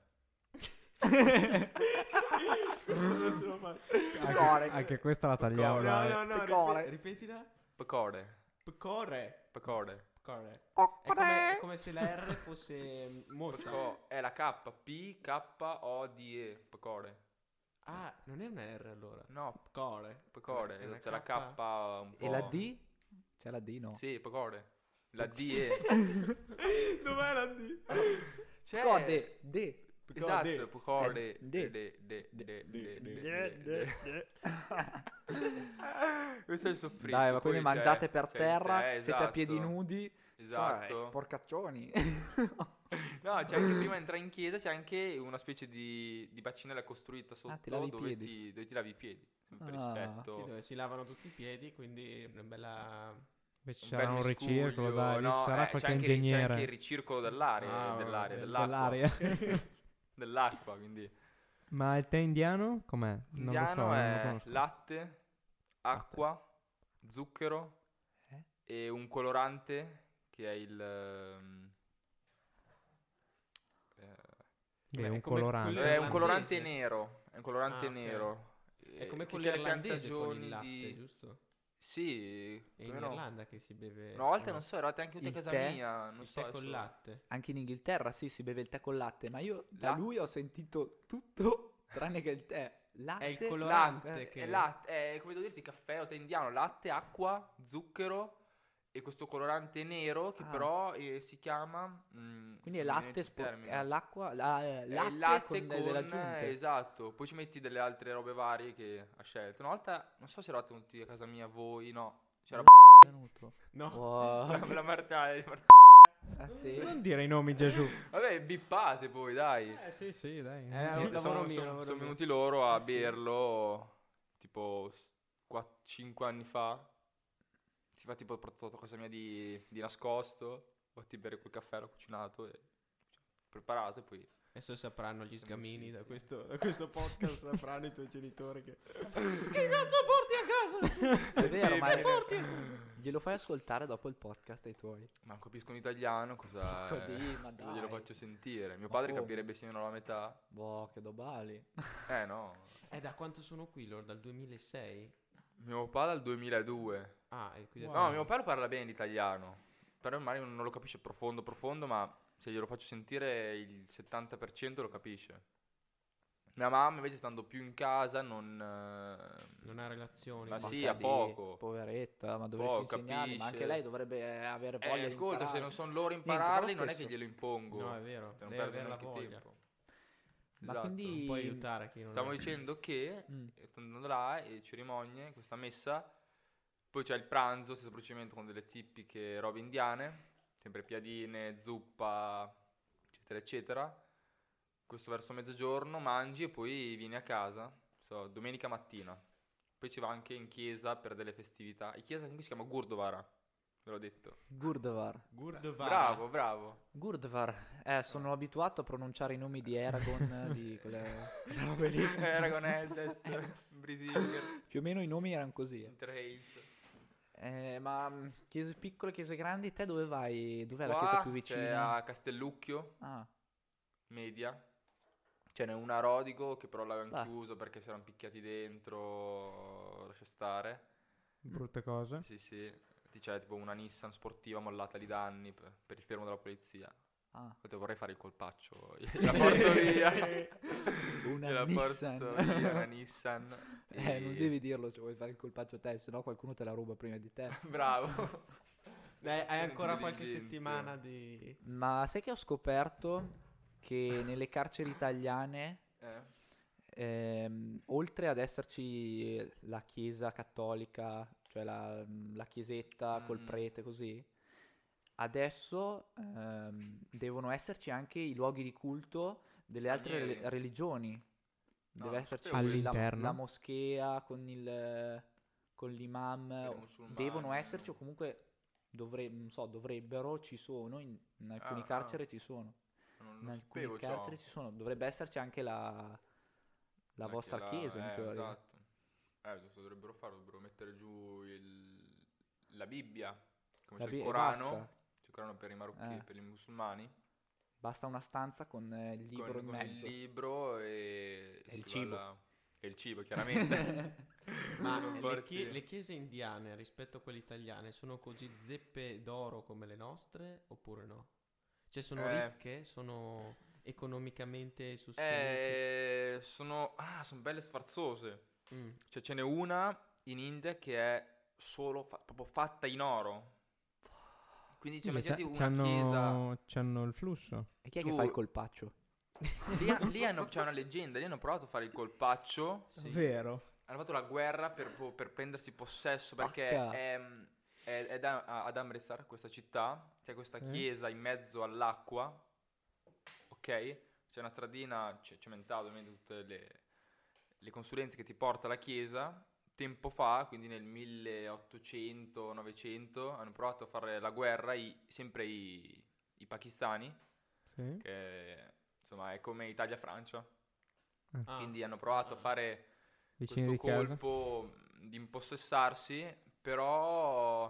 Scusa, non ce l'ho fatta. Anche, anche questa la tagliamo. No, dai. no, no, Pecore. ripe- ripetila. Pakore, Pecore. pakore. Pecore. È come, è come se la R fosse mocia. Paco- è la K, P, K, O, D, E, pakore. Ah, non è una R allora. No, Pecore. pakore, È una c'è la K. K un po'... E la D? C'è la D, no? Sì, pakore. La D E. Dov'è la D? C'è... No, D. D. Esatto, pakore. De- De- de- de- de- de- de- de- de- Questo è il soffritto. Dai, ma poi quindi c'è- mangiate per c'è il terra, tè, siete a piedi esatto, nudi. Esatto. Cioè, porcaccioni. No, c'è anche prima di entrare in chiesa c'è anche una specie di, di bacinella costruita sotto Ah, ti lavi i dove, piedi. ti, dove ti lavi i piedi. Sempre Ah, rispetto. Sì, dove si lavano tutti i piedi, quindi una bella... Beh, ci Un sarà bel un miscuglio, ricircolo, dai, lì no, ci sarà eh, c'è qualche anche, c'è ingegnere anche il ricircolo dell'aria, Ah, dell'aria, vabbè, dell'acqua, dell'aria. dell'acqua, quindi Ma il tè indiano com'è? Non lo so, indiano non lo è conosco. latte, acqua, zucchero Eh? e un colorante che è il ehm, eh, È Beh, un è come colorante. quello è un colorante irlandese. nero, è un colorante Ah, ok. nero. È Eh, come che quello delle irlandese con il piantagioni latte, di- giusto? Sì, È più o in meno. Irlanda che si beve... Una volta no? non so, eravate anche tutti a Il casa tè? mia, non Il so tè col adesso. latte. Anche in Inghilterra, sì, si beve il tè col latte, ma io da La- lui ho sentito tutto tranne che il tè. Latte, È il colorante latte, che... È latte, è come devo dirti, caffè o tè indiano, latte, acqua, zucchero e questo colorante nero che Ah. però eh, si chiama... mm, Quindi è non mi viene latte, il spo- termine. è all'acqua, la- eh, È latte, il latte con, con, delle aggiunte. esatto, poi ci metti delle altre robe varie che ha scelto. Una volta, non so se eravate venuti a casa mia voi, no, c'era Venuto. No. Wow. la, la Marta- Ah, sì? Non dire i nomi, Gesù. Vabbè, bippate poi, dai. Eh, sì, sì, dai. Eh, un Niente, lavoro sono, mio, sono- lavoro sono mio. venuti loro a Eh, sì. berlo tipo cinque anni fa. Si fa tipo portato a casa mia di, di nascosto. Fatti bere quel caffè, l'ho cucinato e preparato e poi Adesso sapranno gli sgamini da questo, da questo podcast, sapranno i tuoi genitori che... Che cazzo porti a casa? È vero, ma Che è- porti? glielo fai ascoltare dopo il podcast ai tuoi. Ma non capiscono italiano, cosa Porco è? di, ma Cosa glielo dai. faccio sentire? Mio Ma padre come? capirebbe sino alla metà. Boh, che dobali. Eh no. Eh, da quanto sono qui loro? Dal duemilasei? Mio padre dal duemiladue. Ah, e quindi... Wow. No, mio padre parla bene l'italiano. Però magari non lo capisce profondo profondo, ma se glielo faccio sentire il settanta per cento lo capisce. Mia mamma invece stando più in casa non... eh, Non ha relazioni. Ma con- sì, Porca a di- poco. Poveretta, ma dovresti Poco, insegnargli. Ma anche capisce. lei dovrebbe eh, avere Eh, voglia di ascolta, se imparare. non sono loro a Niente, impararli però non è che spesso- glielo impongo. No, è vero, Per non deve perdere avere la neanche voglia. tempo. Ma Esatto. quindi... Non puoi aiutare chi non Stavo è. dicendo che Mm. eh, sto andando là e cerimonie, questa messa, poi c'è il pranzo, stesso procedimento con delle tipiche robe indiane, sempre piadine, zuppa, eccetera, eccetera. Questo verso mezzogiorno mangi e poi vieni a casa, so, domenica mattina. Poi ci va anche in chiesa per delle festività. In chiesa comunque si chiama Gurdwara, ve l'ho detto. Gurdvar. Gurdwara. Bravo, bravo. Gurdvar. Eh, sono abituato a pronunciare i nomi di Eragon, di quelle quelle robe lì. Eragon Eldest, Brisinger, Più o meno i nomi erano così. eh. Interhales. Eh, ma mh, chiese piccole, chiese grandi, te dove vai? Dov'è la Qua chiesa più c'è vicina? a Castellucchio, Ah, media. Ce n'è una a Rodigo che però l'avevano Beh. chiuso perché si erano picchiati dentro. Lascia stare. Brutte cose. Sì, sì. Ti c'è tipo una Nissan sportiva mollata lì da anni per, per il fermo della polizia. ah. Ascolta, vorrei fare il colpaccio. La porto via. Una Gliela Nissan. porto via, una Nissan. Eh, E- non devi dirlo se vuoi fare il colpaccio te, sennò qualcuno te la ruba prima di te. Bravo. Dai, hai ancora Intelligente. qualche settimana di... Ma sai che ho scoperto che nelle carceri italiane, Eh? ehm, oltre ad esserci la chiesa cattolica, cioè la, la chiesetta col Mm. prete così, adesso ehm, devono esserci anche i luoghi di culto delle altre Stranieri. re- religioni. No, Deve non esserci sapevo la, All'interno? la moschea con il con l'imam, Per i o- musulmani. devono esserci o comunque dovre- non so, dovrebbero, ci sono, in, in alcuni Ah, carceri ah. ci sono. Non, In non alcuni sapevo ciò. carceri ci sono, dovrebbe esserci anche la, la Ma vostra che la- chiesa in eh, teoria. Esatto. Eh, cosa dovrebbero fare? Dovrebbero mettere giù il- la Bibbia, come La c'è Bi- il e Corano, basta. c'è il Corano per i marocchini, Eh. per i musulmani, Basta una stanza con eh, il libro con, in con il mezzo. libro e, E il si va cibo. là- e il cibo, chiaramente. Ma Non le, porti- chie- le chiese indiane rispetto a quelle italiane sono così zeppe d'oro come le nostre oppure no? Cioè sono Eh. ricche? Sono economicamente sostenute? Eh, sono, ah, sono belle sfarzose. Mm. Cioè ce n'è una in India che è solo fa- proprio fatta in oro. Quindi cioè, Quindi immaginati c'ha- una chiesa. c'hanno, c'hanno il flusso. E chi è che Tu- fa il colpaccio? Lì, ha- lì hanno, c'è una leggenda, lì hanno provato a fare il colpaccio. Sì. Vero. Hanno fatto la guerra per, po- per prendersi possesso perché Pacca. è, è- è da- a- ad Amritsar, questa città, c'è questa Eh. chiesa in mezzo all'acqua, ok? C'è una stradina c- cementata, ovviamente tutte le, le consulenze che ti porta alla chiesa. Tempo fa, quindi nel milleottocento novecento, hanno provato a fare la guerra, i- sempre i, i pakistani, Sì. che insomma è come Italia-Francia. Ah. Quindi hanno provato a fare Vicini questo di casa. colpo mh, di impossessarsi, però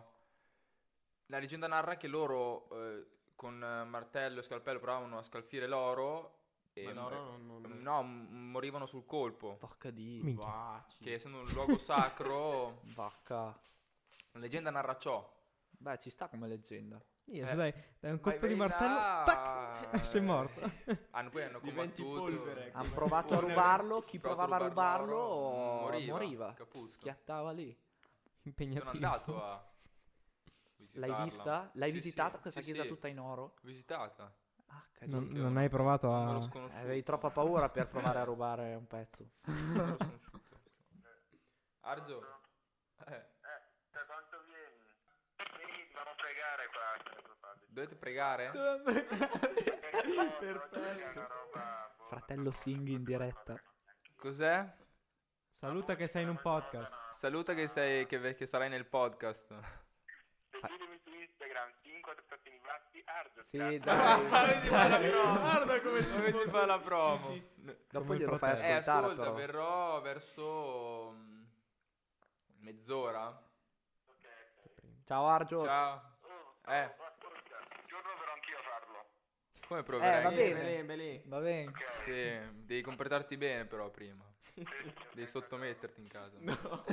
la leggenda narra che loro eh, con eh, martello e scalpello provavano a scalfire l'oro e Ma loro eh, non... non... no, m- morivano sul colpo, Porca di... Minchia. Vaci. che essendo un luogo sacro, Vacca. la leggenda narra ciò. Beh, ci sta come leggenda. Io, Eh. dai, dai un Vai- colpo di vai martello, là, tac, sei morto. Hanno, poi hanno Diventi combattuto. polvere. Hanno Come- provato a come- rubarlo, chi provato provava a rubarlo l'oro, moriva. moriva, capito. Schiattava lì. Sono Impegnativo. andato a L'hai visitarla. vista? L'hai Sì, visitata sì, questa sì, chiesa sì. tutta in oro? L'ho visitata. Ah, Non, cagino. non hai provato Non me l'ho a... sconosciuto. Avevi troppa paura per provare a rubare un pezzo. Non me l'ho sconosciuto. Arzo? Eh, Da quanto vieni? Sì, dobbiamo pregare qua. dovete pregare? Perfetto. Fratello Singh in diretta. Cos'è? Saluta che sei in un podcast. Saluta che, sei, che, che sarai nel podcast. Seguitemi su Instagram. Instagram, cinque trattini bassi, Ardo. Sì, cazzo. dai. Ma vedi fa la promo. Guarda come si Come si sposa- fa la promo. Sì, sì. Dopo Come il glielo fai fratello. Eh, ascoltare ascolta, però. verrò verso mm, mezz'ora. Ciao Argio. Ciao. Oh, Eh. oh, ascolta, un giorno verrò anch'io a farlo. Come Eh, proverai? va Eh, bene. belè, belè. Va bene. Ok. Sì, devi comportarti bene però prima. Sì, sì, Devi ok, sottometterti in casa. No.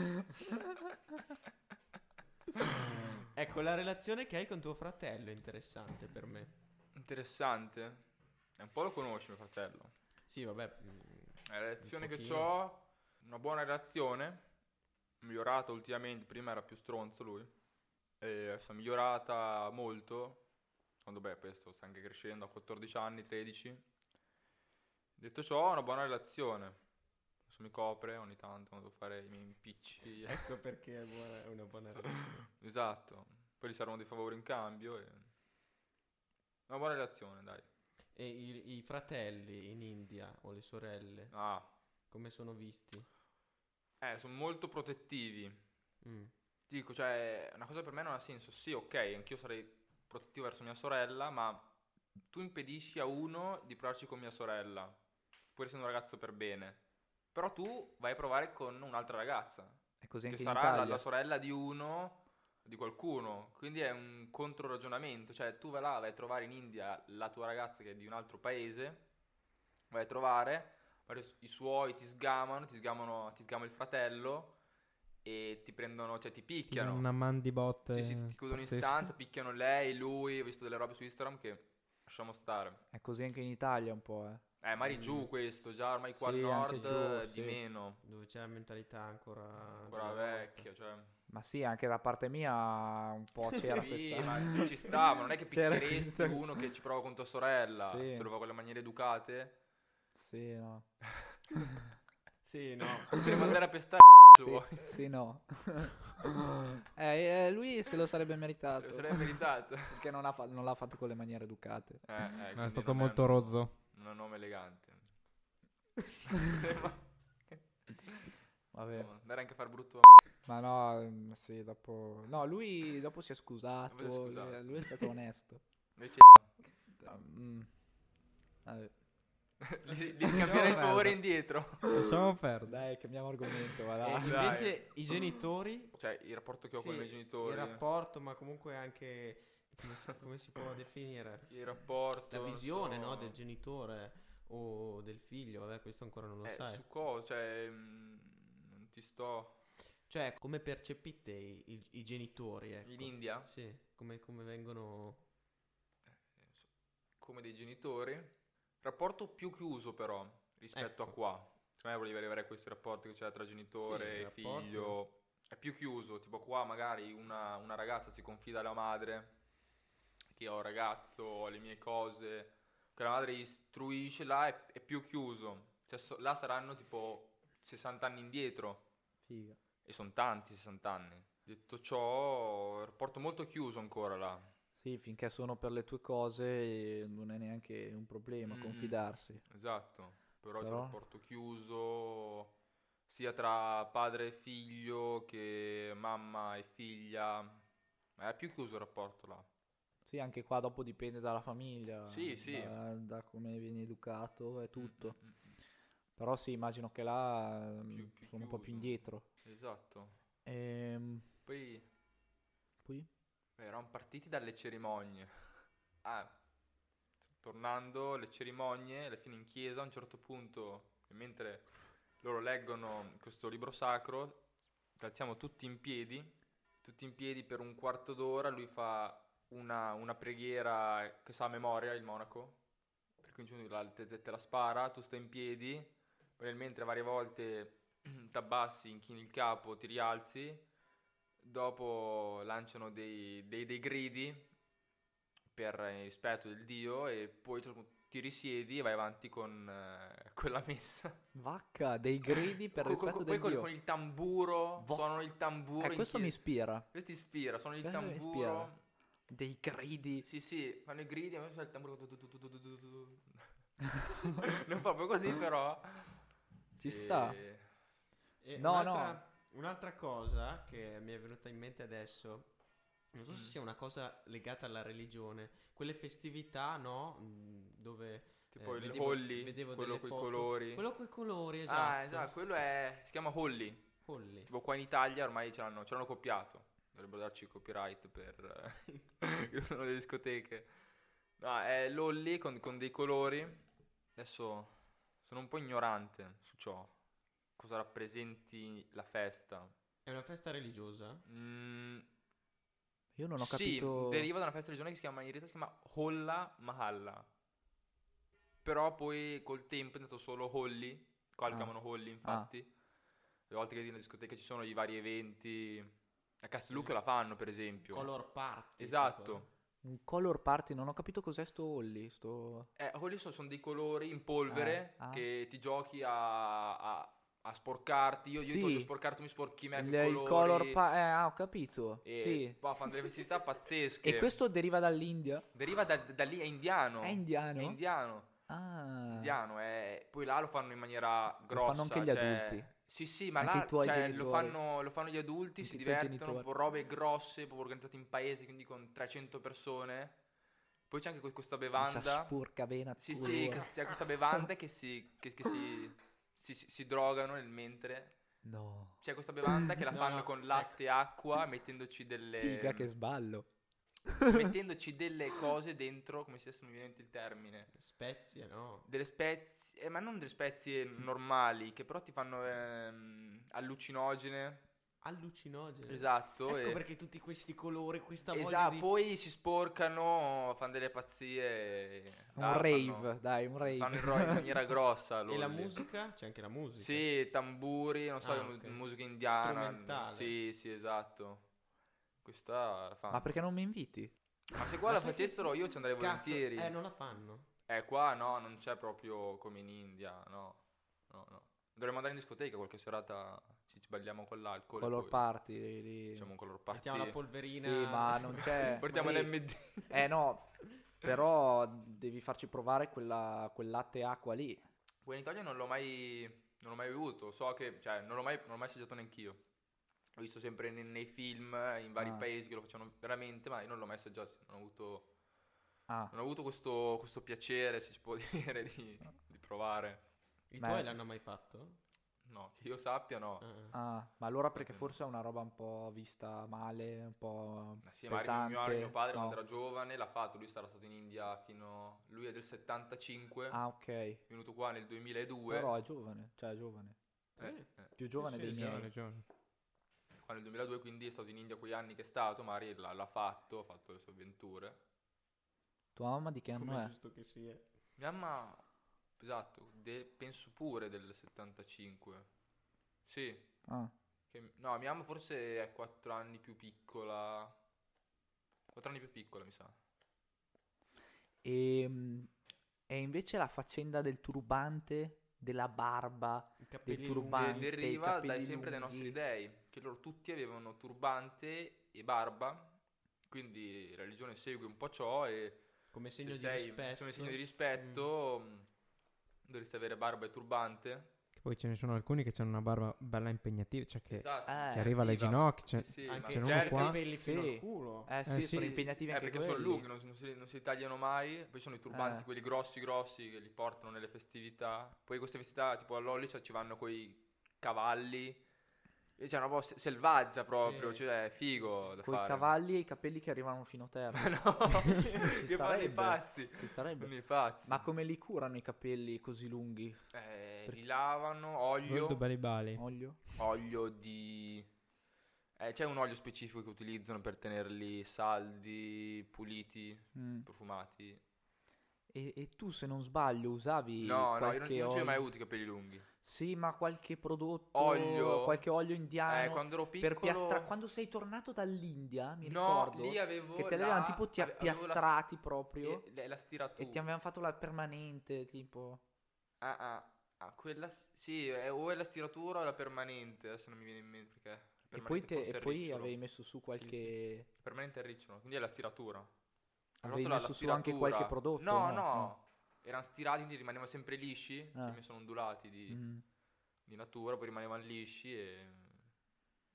Ecco, la relazione che hai con tuo fratello è interessante per me. Interessante. Eh, un po' lo conosci mio fratello. Sì, vabbè. mm, La relazione che pochino. ho, una buona relazione, migliorata ultimamente, prima era più stronzo lui, e adesso è migliorata molto, quando beh questo sta anche crescendo, ha quattordici anni, tredici. Detto ciò, ho una buona relazione, adesso mi copre ogni tanto quando devo fare i miei impicci, Ecco perché è, buona- è una buona relazione. esatto, poi gli servono dei favori in cambio, e... una buona relazione dai. E i, i fratelli in India o le sorelle, Ah, come sono visti? eh, sono molto protettivi. Mm. Ti dico, cioè, una cosa per me non ha senso. Sì, ok, anch'io sarei protettivo verso mia sorella, ma tu impedisci a uno di provarci con mia sorella, pur essendo un ragazzo per bene. Però tu vai a provare con un'altra ragazza, È così che anche in sarà la, Italia. la sorella di uno, di qualcuno. Quindi è un controragionamento. Cioè, tu vai là, vai a trovare in India la tua ragazza che è di un altro paese, vai a trovare, magari i suoi ti sgamano, ti sgamano, ti sgama il fratello e ti prendono, cioè ti Ti picchiano. danno una man di botte. Sì, sì, ti chiudono in pazzesca. stanza, picchiano lei, lui, ho visto delle robe su Instagram che lasciamo stare. È così anche in Italia un po', eh. Eh, magari Mm. giù questo, già ormai qua al Sì, anche nord giù, eh, di sì. meno, Dove c'è la mentalità ancora, ancora della volta. vecchia, cioè. Ma sì, anche da parte mia un po' c'era Sì, questa... ma ci sta, ma non è che C'era picchieresti questa- uno che ci prova con tua sorella, Sì. se lo fa con le maniere educate. Sì, no. Sì, no. Potrei mandare a pestare se Sì, vuoi. sì, no. eh, eh, lui se lo sarebbe meritato. Lo sarebbe meritato. Perché non, ha fa- non l'ha fatto con le maniere educate. Eh, eh, No, è quindi stato non molto un- rozzo. Non è un nome elegante. Vabbè. No, andare anche a far brutto. Ma no, mm, sì, dopo... No, lui dopo si è scusato. Dopo si è scusato. eh, Lui è stato onesto. Invece Mm. Vabbè. di, di cambiare il merda. favore indietro. Lasciamo perdere. Dai, cambiamo argomento, va E là. Dai. invece i genitori, Cioè, il rapporto che ho con i sì, miei genitori. il rapporto, ma comunque anche come si, come si può definire? Il rapporto. La non visione, so, no, del genitore o del figlio, vabbè, questo ancora non lo eh, sai. su cosa? Cioè, mm, non ti sto. Cioè, come percepite i, i- i genitori, ecco. In India, Sì, come, come vengono... come dei genitori. Rapporto più chiuso, però, rispetto Ecco. a qua. Secondo me volevi arrivare a questi rapporti che c'è tra genitore Sì, e il rapporto- figlio. È più chiuso. Tipo, qua magari una, una ragazza si confida alla madre. Che ho un ragazzo, ho le mie cose. Che la madre istruisce, là è, è più chiuso. Cioè, so- là saranno tipo sessanta anni indietro. Figa. E sono tanti sessanta anni. Detto ciò, un rapporto molto chiuso ancora là. Sì, finché sono per le tue cose eh, non è neanche un problema Mm. confidarsi. Esatto. Però, c'è Però- un rapporto chiuso sia tra padre e figlio che mamma e figlia. Ma è più chiuso il rapporto là. Sì, anche qua dopo dipende dalla famiglia, Sì, sì. Da, da come vieni educato e tutto. Mm, mm, mm, Però sì, immagino che là ehm, Più- più sono un po' più chiuso. indietro. Esatto. Ehm, Poi poi? beh, eravamo partiti dalle cerimonie. Ah, tornando alle cerimonie, alla fine in chiesa, a un certo punto, mentre loro leggono questo libro sacro, ci alziamo tutti in piedi, tutti in piedi per un quarto d'ora, lui fa una, una preghiera che sa a memoria, il monaco, per cui la- te, te- te la spara, tu stai in piedi, poi nel mentre varie volte t'abbassi, inchini il capo, ti rialzi, dopo lanciano dei, dei- dei gridi per il rispetto del Dio e poi tu ti risiedi e vai avanti con eh, quella messa. Vacca, dei gridi per Co- co- rispetto co- del poi con, Dio. con il tamburo, Vo- suonano il tamburo. Eh, in questo mi chiesa. ispira. Questo ispira, suonano il Questo mi tamburo. ispira. Dei gridi. Sì, sì, fanno i gridi, ma il tamburo. tu- tu- tu- tu- tu- tu- tu- tu. Non proprio così, però. Ci E- sta. E No, un'altra, un'altra cosa che mi è venuta in mente adesso non so se Mm. sia una cosa legata alla religione, quelle festività, no? Mm, Dove Tipo eh, il vedevo, Holly, vedevo quello delle coi foto. colori. Quello coi colori, Ah, esatto. esatto, quello è, si chiama Holly. Holly. Tipo qua in Italia ormai ce l'hanno, ce l'hanno copiato. Dovrebbero darci copyright per eh, che sono le discoteche. No, è l'Holly con, con dei colori. Adesso sono un po' ignorante su ciò. Cosa rappresenti la festa. È una festa religiosa? Mm, Io non ho sì, capito. deriva da una festa religiosa che si chiama, in realtà si chiama Holla Mahalla. Però poi col tempo è diventato solo Holly. Qua lo Ah. chiamano Holly, infatti. Le volte che in discoteca ci sono i vari eventi. A Castellucco la fanno, per esempio. Color party. Esatto. Un color party, non ho capito cos'è sto Holly. Sto... Eh, Holly sono, sono dei colori in polvere Ah, ah. che ti giochi a, a, a sporcarti. Io, io Sì. ti voglio sporcarti, tu mi sporchi me Il, con i il colori. color party, eh, ah, ho capito. E Sì. poi fanno delle festività pazzesche. E questo deriva dall'India? Deriva da, da lì, è indiano. È indiano? È indiano. Ah. Indiano, è... poi là lo fanno in maniera grossa. fanno anche gli cioè- adulti? Sì, sì, ma Anche là i tuoi cioè, lo, genitori? fanno, lo fanno gli adulti, Anche si i tuoi divertono, genitori? proprio robe grosse, proprio organizzate in paesi, quindi con trecento persone. Poi c'è anche que- questa bevanda. Spurca bene a Sì, culo. sì, che- c'è questa bevanda che si, che, che si, si, si- si drogano nel mentre. No. C'è questa bevanda che la No, fanno no, con latte e acqua, mettendoci delle... Figa che sballo. mettendoci delle cose dentro, come se adesso non mi viene il termine. Spezie, no? Delle spezie, eh, ma non delle spezie normali, che però ti fanno ehm, allucinogene. Allucinogene. Esatto. Ecco e- perché tutti questi colori, questa voglia Esatto, di... poi si sporcano, fanno delle pazzie. e- Un là rave, fanno- dai, un rave. Fanno il ro- in maniera grossa. E la l'Holly. musica? C'è anche la musica. Sì, tamburi, non so, Ah, mu- ok. musica indiana. Strumentale. Sì, sì, esatto. Questa la fanno. Ma perché non mi inviti? Ma se qua Ma la sai che- facessero io ci andrei Cazzo, volentieri. eh, non la fanno. Eh, qua no, non c'è proprio come in India, no. No, no. Dovremmo andare in discoteca qualche serata, ci, ci balliamo con l'alcol. e Color poi party. Lì. Facciamo un color party. Mettiamo la polverina. Sì, ma non c'è. Portiamo sì. l'M D. Eh no, però devi farci provare quella, quel latte e acqua lì. Qua in Italia non l'ho mai, non l'ho mai bevuto, so che, cioè, non l'ho mai, non l'ho mai assaggiato neanch'io. L'ho visto sempre nei, nei film, in vari Ah. paesi che lo facevano veramente, ma io non l'ho mai assaggiato, non ho avuto, Ah, non ho avuto questo, questo piacere, se si può dire, di, di provare. I Beh. tuoi l'hanno mai fatto? No, che io sappia no. Ah. ah, ma allora perché forse è una roba un po' vista male, un po' Eh sì, magari pesante. mio, mio padre no. quando era giovane l'ha fatto, lui sarà stato in India fino, lui è del settantacinque, Ah, ok. è venuto qua nel duemiladue. Però è giovane, cioè è giovane. Eh, Sì. eh. Più giovane Sì, dei sì, miei. hai ragione. Qua nel duemiladue, quindi è stato in India quegli anni che è stato, magari l'ha, l'ha fatto, ha fatto le sue avventure. Tua mamma di che anno Come è è? giusto che sia. Mia mamma, esatto, de- penso pure del settantacinque. Sì, Ah. che- no, mia mamma forse è quattro anni più piccola. quattro anni più piccola, mi sa. E, mm, e invece la faccenda del turbante, della barba, I capelli Del De- turbante. lunghi. i deriva capelli dai sempre dai lunghi. nostri dei, che loro tutti avevano turbante e barba, quindi la religione segue un po' ciò e Come se segno di sei rispetto. come segno di rispetto mh, dovresti avere barba e turbante. Che poi ce ne sono alcuni che hanno una barba bella impegnativa, cioè che, Esatto, Eh. che arriva alle attiva. ginocchia. Cioè, Sì, sì, Anche ma ce n'è uno i certi- qua. capelli fino Sì. al culo. Eh sì, Eh, sono sì. impegnativi Eh, anche perché sono quelli. lunghi, non, si- non si, non si tagliano mai. Poi sono i turbanti, Eh. quelli grossi grossi che li portano nelle festività. Poi queste festività, tipo all'Olli, cioè, ci vanno coi cavalli. E c'è una roba se- selvaggia proprio, Sì. cioè è figo da Con i fare. cavalli e i capelli che arrivano fino a terra. No, che fanno i starebbe. pazzi. Ci starebbe. Fanno i pazzi. Ma come li curano i capelli così lunghi? Eh, li lavano, olio, Molto bali bali. Olio? olio di... Eh, c'è un olio specifico che utilizzano per tenerli saldi, puliti, Mm. profumati. E, e tu, se non sbaglio, usavi No, no, io non, qualche io non ci ho mai olio- avuto i capelli lunghi. Sì, ma qualche prodotto, Olio. qualche olio indiano Eh, quando ero per piccolo... piastra... Quando sei tornato dall'India, mi No, ricordo, lì avevo che te la- l'avevano tipo ti ave- avevo la- appiastrati proprio e- la stiratura. e ti avevano fatto la permanente, tipo... Ah, ah, ah, quella s- sì, è, o è la stiratura o è la permanente, adesso non mi viene in mente perché... la E poi, permanente te, forse e è il poi ricciolo. avevi messo su qualche... La permanente è il ricciolo, quindi è la stiratura. Hanno Avevi fatto la- la messo su anche stiratura. qualche prodotto, No, no? no, No. erano stirati, quindi rimanevano sempre lisci, Ah. che mi sono ondulati di, Mm. di natura, poi rimanevano lisci e...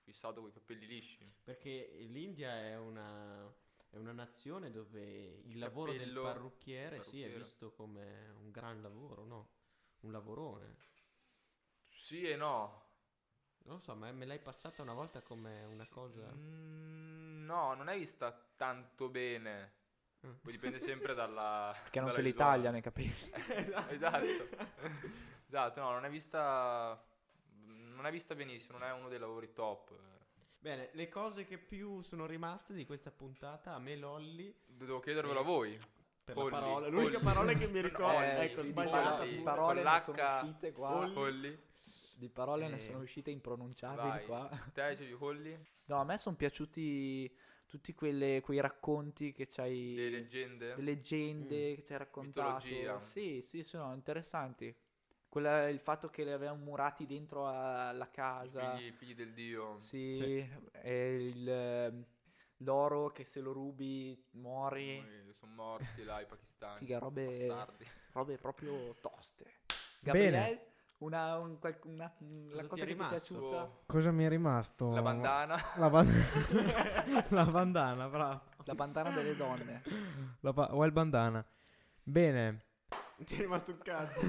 fissato con i capelli lisci. Perché l'India è una, è una nazione dove il lavoro del Cappello, parrucchiere, sì, è parrucchiere. visto come un gran lavoro, no? Un lavorone. Sì e no. Non lo so, ma me l'hai passata una volta come una cosa... Mm, no, non è vista tanto bene. Mm. Poi dipende sempre dalla... Perché non dalla se li visuale. tagliano i capelli. Esatto. Esatto, no, non è vista... Non è vista benissimo, non è uno dei lavori top. Bene, le cose che più sono rimaste di questa puntata, a me Lolli, Devo chiedervelo Eh, a voi. per Polli, la parola, l'unica polli. parola che mi ricordo, Eh, ecco, sì, di sbagliata. paro- di Con parole ne sono l'H. uscite qua. Polli. Polli. Di parole ne Eh. sono uscite impronunciabili Vai. qua. Te c'è di Polli? No, a me sono piaciuti tutti quelle- quei racconti che c'hai. Le leggende? Le leggende che ci hai raccontato. Mitologia. Sì, sì, sono interessanti. Quella, il fatto che li avevano murati dentro alla casa. Figli, figli del dio. Sì, e il, ehm, l'oro che se lo rubi muori. Sono morti là i pakistani. Figa, robe, bastardi. robe proprio toste. Bene. Gabriele, una, un, qual- una- la ti cosa è che ti è rimasto? piaciuta? Cosa mi è rimasto? La bandana. La, ban- la bandana, bravo. La bandana delle donne. La ba- o il bandana. Bene, Ti è rimasto un cazzo.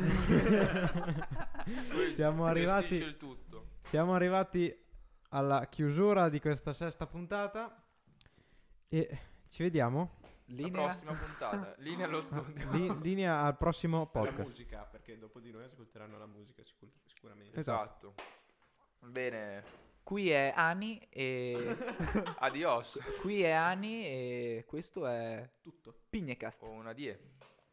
siamo arrivati, Gestisce il tutto. siamo arrivati alla chiusura di questa sesta puntata e ci vediamo. La Linea. prossima puntata. Linea allo studio. Li- linea al prossimo Per la podcast. musica, perché dopo di noi ascolteranno la musica sicur- sicuramente. Esatto. Bene. Qui è Ani e Adios. qui è Ani e questo è Tutto. Pignecast. O una die.